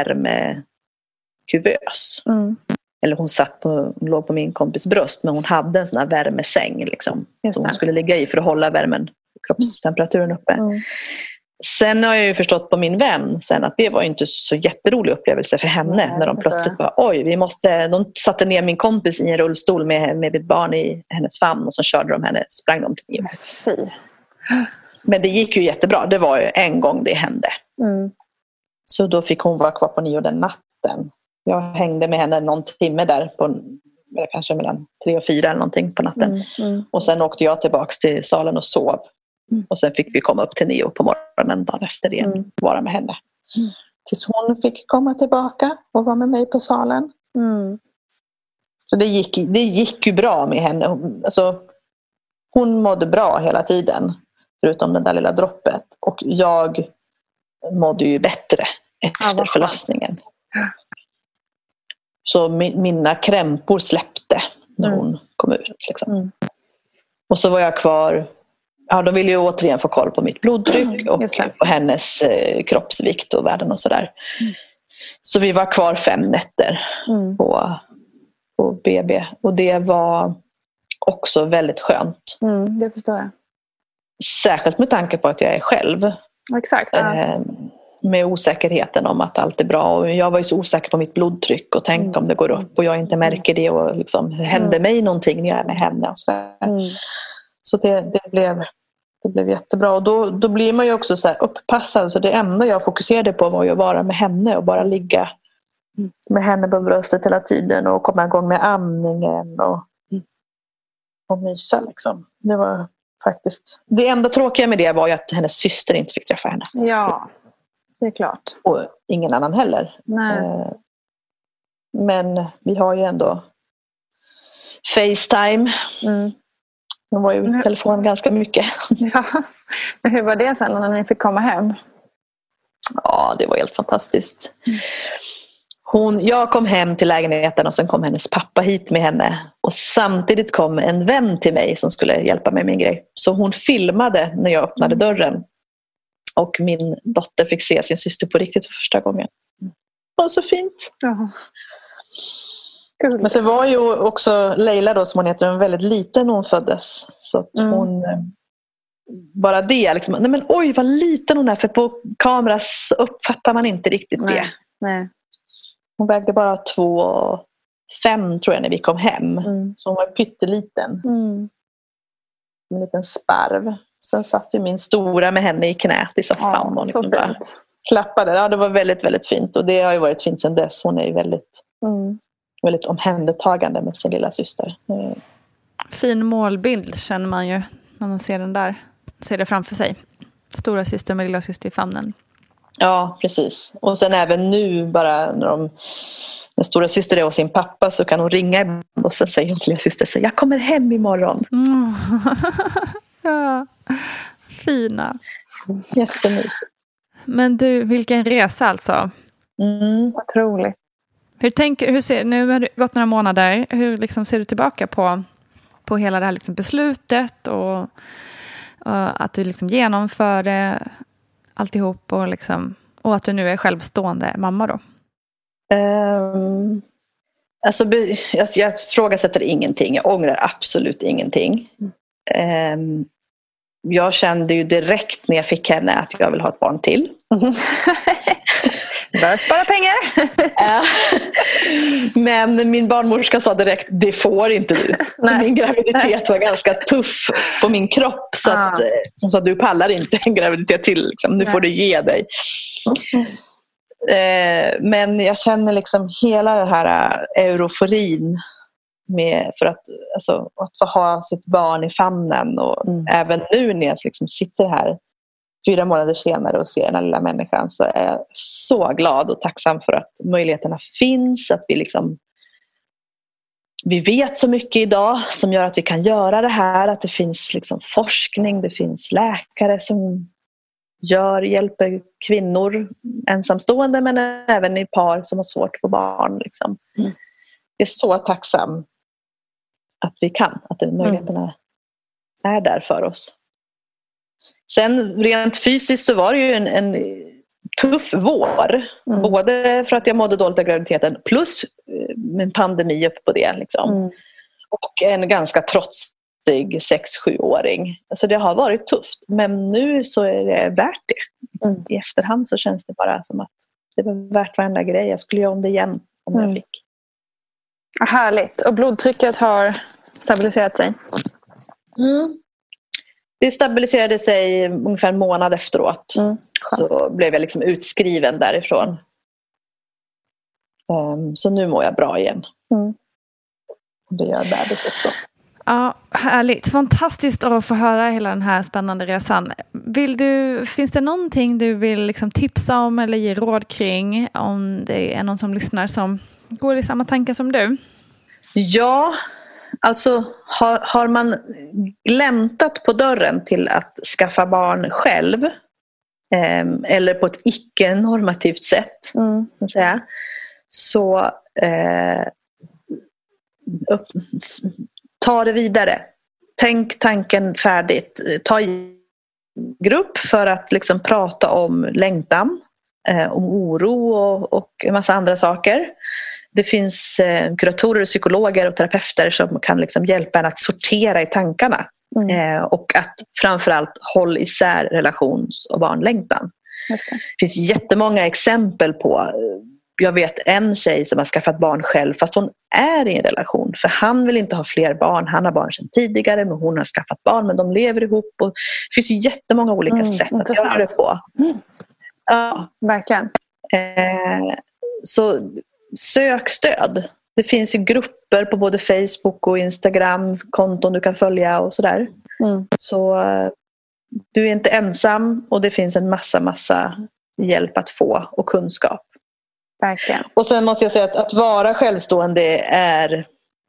värmekuvös. Mm. Eller hon satt på, hon låg på min kompis bröst, men hon hade en sån här värmesäng liksom, som hon skulle ligga i för att hålla värmen, kroppstemperaturen uppe. Mm. Sen har jag ju förstått på min vän sen att det var inte så jätterolig upplevelse för henne. Nej, när de plötsligt bara, oj, vi måste, de satte ner min kompis i en rullstol med, med ett barn i hennes famn och så körde de henne, sprang de till Neo. Men det gick ju jättebra, det var ju en gång det hände. Mm. Så då fick hon vara kvar på Neo den natten. Jag hängde med henne någon timme där på, kanske mellan tre och fyra eller någonting på natten. Mm, mm. Och sen åkte jag tillbaks till salen och sov. Mm. Och sen fick vi komma upp till Neo på morgonen dagen efter det. Mm. Vara med henne. Mm. Tills hon fick komma tillbaka och vara med mig på salen. Mm. Så det gick, det gick ju bra med henne. Alltså, hon mådde bra hela tiden. Förutom den där lilla droppet. Och jag mådde ju bättre efter ja, förlossningen. Så mina krämpor släppte när hon mm. kom ut. Liksom. Mm. Och så var jag kvar. Ja, de ville ju återigen få koll på mitt blodtryck och på hennes eh, kroppsvikt och värden och sådär. Mm. Så vi var kvar fem nätter mm. på, på B B. Och det var också väldigt skönt. Mm, det förstår jag. Särskilt med tanke på att jag är själv. Exakt. Ja. Eh, med osäkerheten om att allt är bra. Och jag var ju så osäker på mitt blodtryck. Och tänk mm. om det går upp och jag inte märker det. Och liksom, händer mm. mig någonting när jag är med henne. Och så mm. så det, det, blev, det blev jättebra. Och då, då blir man ju också så här upppassad. Så det enda jag fokuserade på var ju att vara med henne. Och bara ligga med henne på bröstet hela tiden. Och komma igång med amningen. Och, och mysa liksom. Det var faktiskt... Det enda tråkiga med det var ju att hennes syster inte fick träffa henne. Ja. Det är klart. Och ingen annan heller. Nej. Men vi har ju ändå FaceTime. Mm. Det var ju telefon ganska mycket. Ja. Men hur var det sen när ni fick komma hem? Ja, det var helt fantastiskt. Hon, jag kom hem till lägenheten och sen kom hennes pappa hit med henne. Och samtidigt kom en vän till mig som skulle hjälpa mig med min grej. Så hon filmade när jag öppnade dörren. Och min dotter fick se sin syster på riktigt för första gången. Det var så fint. Ja. Men så var ju också Leila då, som hon heter, en väldigt liten när hon föddes. Så att hon... Mm. Bara det liksom. Nej men oj vad liten hon är. För på kamera så uppfattar man inte riktigt Nej. det. Nej. Hon vägde bara två fem tror jag när vi kom hem. Mm. Så hon var pytteliten. Mm. En liten sparv. Sen satt ju min stora med henne i knät i soffan. Ja, och liksom bara klappade. Ja, det var väldigt, väldigt fint. Och det har ju varit fint sedan dess. Hon är ju väldigt, mm. väldigt omhändertagande med sin lilla syster. Mm. Fin målbild känner man ju när man ser den där. Ser det framför sig. Stora syster med lilla syster i famnen. Ja, precis. Och sen även nu bara när de... När stora syster är hos sin pappa så kan hon ringa och så säger hon till lilla syster så jag kommer hem imorgon. Mm. Ja, fina. Jättemysigt. Men du, vilken resa alltså. Mm. Otroligt. Hur tänker, hur ser, nu har det gått några månader, hur liksom ser du tillbaka på, på hela det här liksom beslutet och, och att du liksom genomförde alltihop och, liksom, och att du nu är självstående mamma då? Um, alltså, jag, jag frågasätter ingenting, jag ångrar absolut ingenting. Um, jag kände ju direkt när jag fick henne att jag vill ha ett barn till. Bör spara pengar. Men min barnmorska sa direkt, det får inte du. Min graviditet var ganska tuff på min kropp. Så ah. att, hon sa, du pallar inte en graviditet till. Liksom. Nu får du ge dig. Mm. Eh, men jag känner liksom hela den här euforin med, för att, alltså, att få ha sitt barn i famnen. Och mm. även nu när jag liksom sitter här fyra månader senare och ser den här lilla människan, så är jag så glad och tacksam för att möjligheterna finns, att vi liksom vi vet så mycket idag som gör att vi kan göra det här, att det finns liksom forskning, det finns läkare som gör, hjälper kvinnor ensamstående men även i par som har svårt att få barn liksom. Mm. Jag är så tacksam att vi kan, att de möjligheterna mm. är där för oss. Sen rent fysiskt så var det ju en, en tuff vår. Mm. Både för att jag mådde dåligt av graviditeten plus en pandemi upp på det. Liksom. Mm. Och en ganska trotsig sex sju-åring. Alltså det har varit tufft. Men nu så är det värt det. Mm. I efterhand så känns det bara som att det var värt varenda grej. Jag skulle göra om det igen om mm. jag fick. Härligt. Och blodtrycket har stabiliserat sig? Mm. Det stabiliserade sig ungefär en månad efteråt. Mm, så blev jag liksom utskriven därifrån. Um, så nu mår jag bra igen. Mm. Det gör bebis också. Ja, härligt. Fantastiskt att få höra hela den här spännande resan. Vill du, finns det någonting du vill liksom tipsa om eller ge råd kring? Om det är någon som lyssnar som går i samma tankar som du? Ja, alltså har, har man gläntat på dörren till att skaffa barn själv eh, eller på ett icke-normativt sätt mm. så, säga, så eh, upp, ta det vidare. Tänk tanken färdigt. Ta i grupp för att liksom prata om längtan, eh, om oro och, och en massa andra saker. Det finns eh, kuratorer, psykologer och terapeuter som kan liksom hjälpa en att sortera i tankarna. Mm. Eh, och att framförallt hålla isär relations- och barnlängtan. Det. det finns jättemånga exempel på. Jag vet en tjej som har skaffat barn själv fast hon är i en relation. För han vill inte ha fler barn. Han har barn sedan tidigare men hon har skaffat barn. Men de lever ihop. Och det finns ju jättemånga olika mm, sätt att göra det på. Mm. Ja, verkligen. Eh, så... Sök stöd. Det finns ju grupper på både Facebook och Instagram, konton du kan följa och sådär. Mm. Så du är inte ensam och det finns en massa, massa hjälp att få och kunskap. Verkligen. Och sen måste jag säga att, att vara självstående är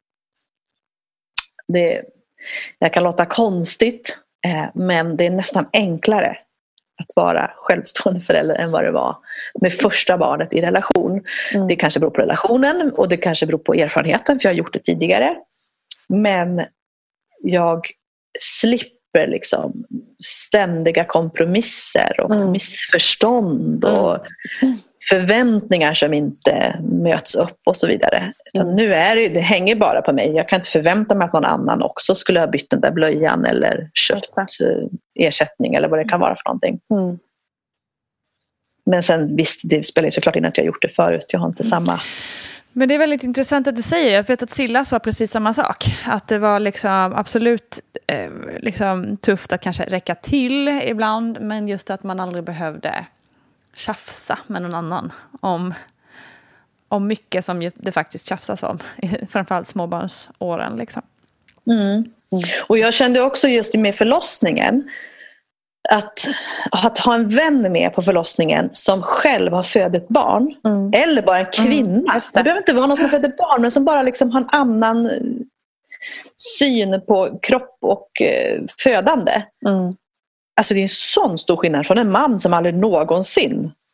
det, jag kan låta konstigt eh, men det är nästan enklare att vara självstående förälder än vad det var med första barnet i relation. Mm. Det kanske beror på relationen och det kanske beror på erfarenheten för jag har gjort det tidigare. Men jag slipper liksom ständiga kompromisser och mm. missförstånd och mm. förväntningar som inte möts upp och så vidare. Mm. Nu är det, det hänger bara på mig. Jag kan inte förvänta mig att någon annan också skulle ha bytt den där blöjan eller köpt ersättning eller vad det kan vara för någonting. Mm. Men sen visst, det spelar ju såklart in att jag har gjort det förut. Jag har inte mm. samma... Men det är väldigt intressant att du säger. Jag vet att Silla sa precis samma sak. Att det var liksom absolut eh, liksom tufft att kanske räcka till ibland. Men just att man aldrig behövde tjafsa med någon annan om, om mycket som det faktiskt tjafsas om. Framförallt småbarnsåren. Liksom. Mm. Mm. Och jag kände också just med förlossningen att, att ha en vän med på förlossningen som själv har född ett barn mm. eller bara en kvinna. Mm, det. det behöver inte vara någon som har fött ett barn men som bara liksom har en annan syn på kropp och eh, födande. Mm. Alltså det är en sån stor skillnad från en man som aldrig någonsin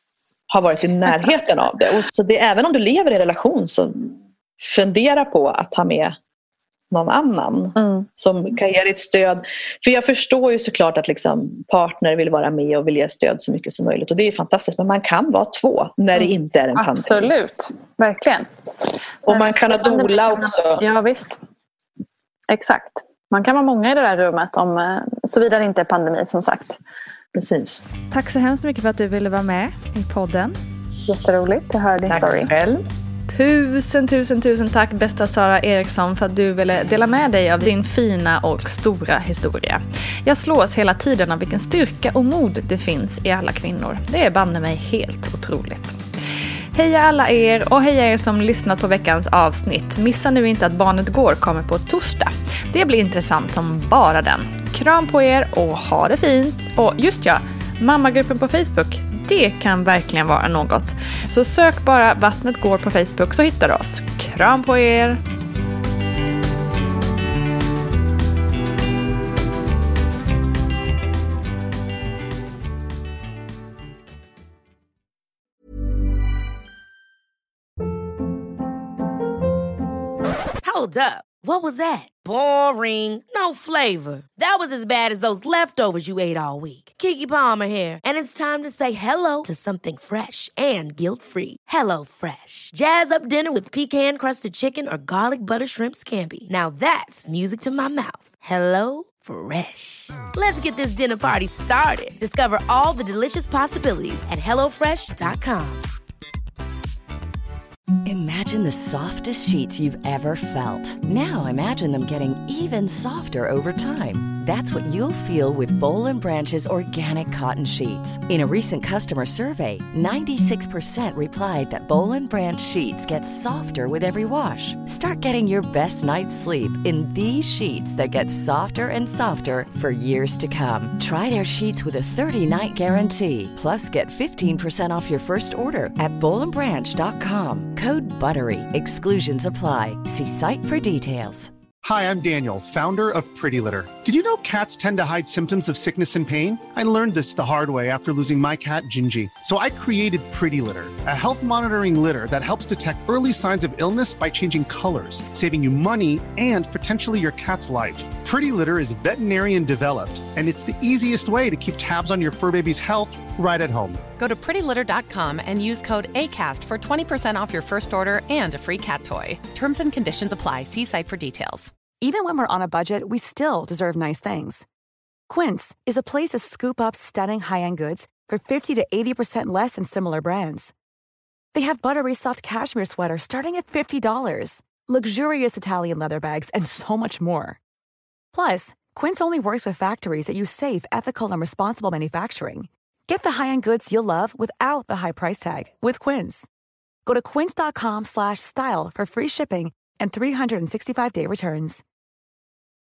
har varit i närheten av det. Och så det, även om du lever i relation, så fundera på att ha med någon annan mm. som kan ge ditt stöd. För jag förstår ju såklart att liksom partner vill vara med och vill ge stöd så mycket som möjligt. Och det är fantastiskt. Men man kan vara två när det inte är en pandemi. Absolut, verkligen. Och man kan ha doula också. Ja, visst. Exakt. Man kan vara många i det där rummet, om, såvida det inte är pandemi, som sagt. Precis. Tack så hemskt mycket för att du ville vara med i podden. Jätteroligt att höra din tack story. Själv. Tusen, tusen, tusen tack bästa Sara Eriksson för att du ville dela med dig av din fina och stora historia. Jag slås hela tiden av vilken styrka och mod det finns i alla kvinnor. Det är banne mig helt otroligt. Heja alla er och heja er som lyssnat på veckans avsnitt. Missa nu inte att Barnet Går kommer på torsdag. Det blir intressant som bara den. Kram på er och ha det fint. Och just ja, mammagruppen på Facebook, det kan verkligen vara något. Så sök bara Vattnet Går på Facebook så hittar du oss. Kram på er! Hold up. What was that? Boring. No flavor. That was as bad as those leftovers you ate all week. Keke Palmer here. And it's time to say hello to something fresh and guilt-free. Hello Fresh. Jazz up dinner with pecan-crusted chicken or garlic butter shrimp scampi. Now that's music to my mouth. Hello Fresh. Let's get this dinner party started. Discover all the delicious possibilities at hello fresh dot com. Imagine the softest sheets you've ever felt. Now imagine them getting even softer over time. That's what you'll feel with Boll and Branch's organic cotton sheets. In a recent customer survey, ninety-six percent replied that Boll and Branch sheets get softer with every wash. Start getting your best night's sleep in these sheets that get softer and softer for years to come. Try their sheets with a thirty-night guarantee. Plus, get fifteen percent off your first order at boll and branch dot com. Code BUTTERY. Exclusions apply. See site for details. Hi, I'm Daniel, founder of Pretty Litter. Did you know cats tend to hide symptoms of sickness and pain? I learned this the hard way after losing my cat, Gingy. So I created Pretty Litter, a health monitoring litter that helps detect early signs of illness by changing colors, saving you money and potentially your cat's life. Pretty Litter is veterinarian developed, and it's the easiest way to keep tabs on your fur baby's health right at home. Go to pretty litter dot com and use code ACAST for twenty percent off your first order and a free cat toy. Terms and conditions apply. See site for details. Even when we're on a budget, we still deserve nice things. Quince is a place to scoop up stunning high-end goods for fifty to eighty percent less than similar brands. They have buttery soft cashmere sweaters starting at fifty dollars, luxurious Italian leather bags, and so much more. Plus, Quince only works with factories that use safe, ethical, and responsible manufacturing. Get the high-end goods you'll love without the high price tag with Quince. Go to quince dot com slash style for free shipping and three sixty-five day returns.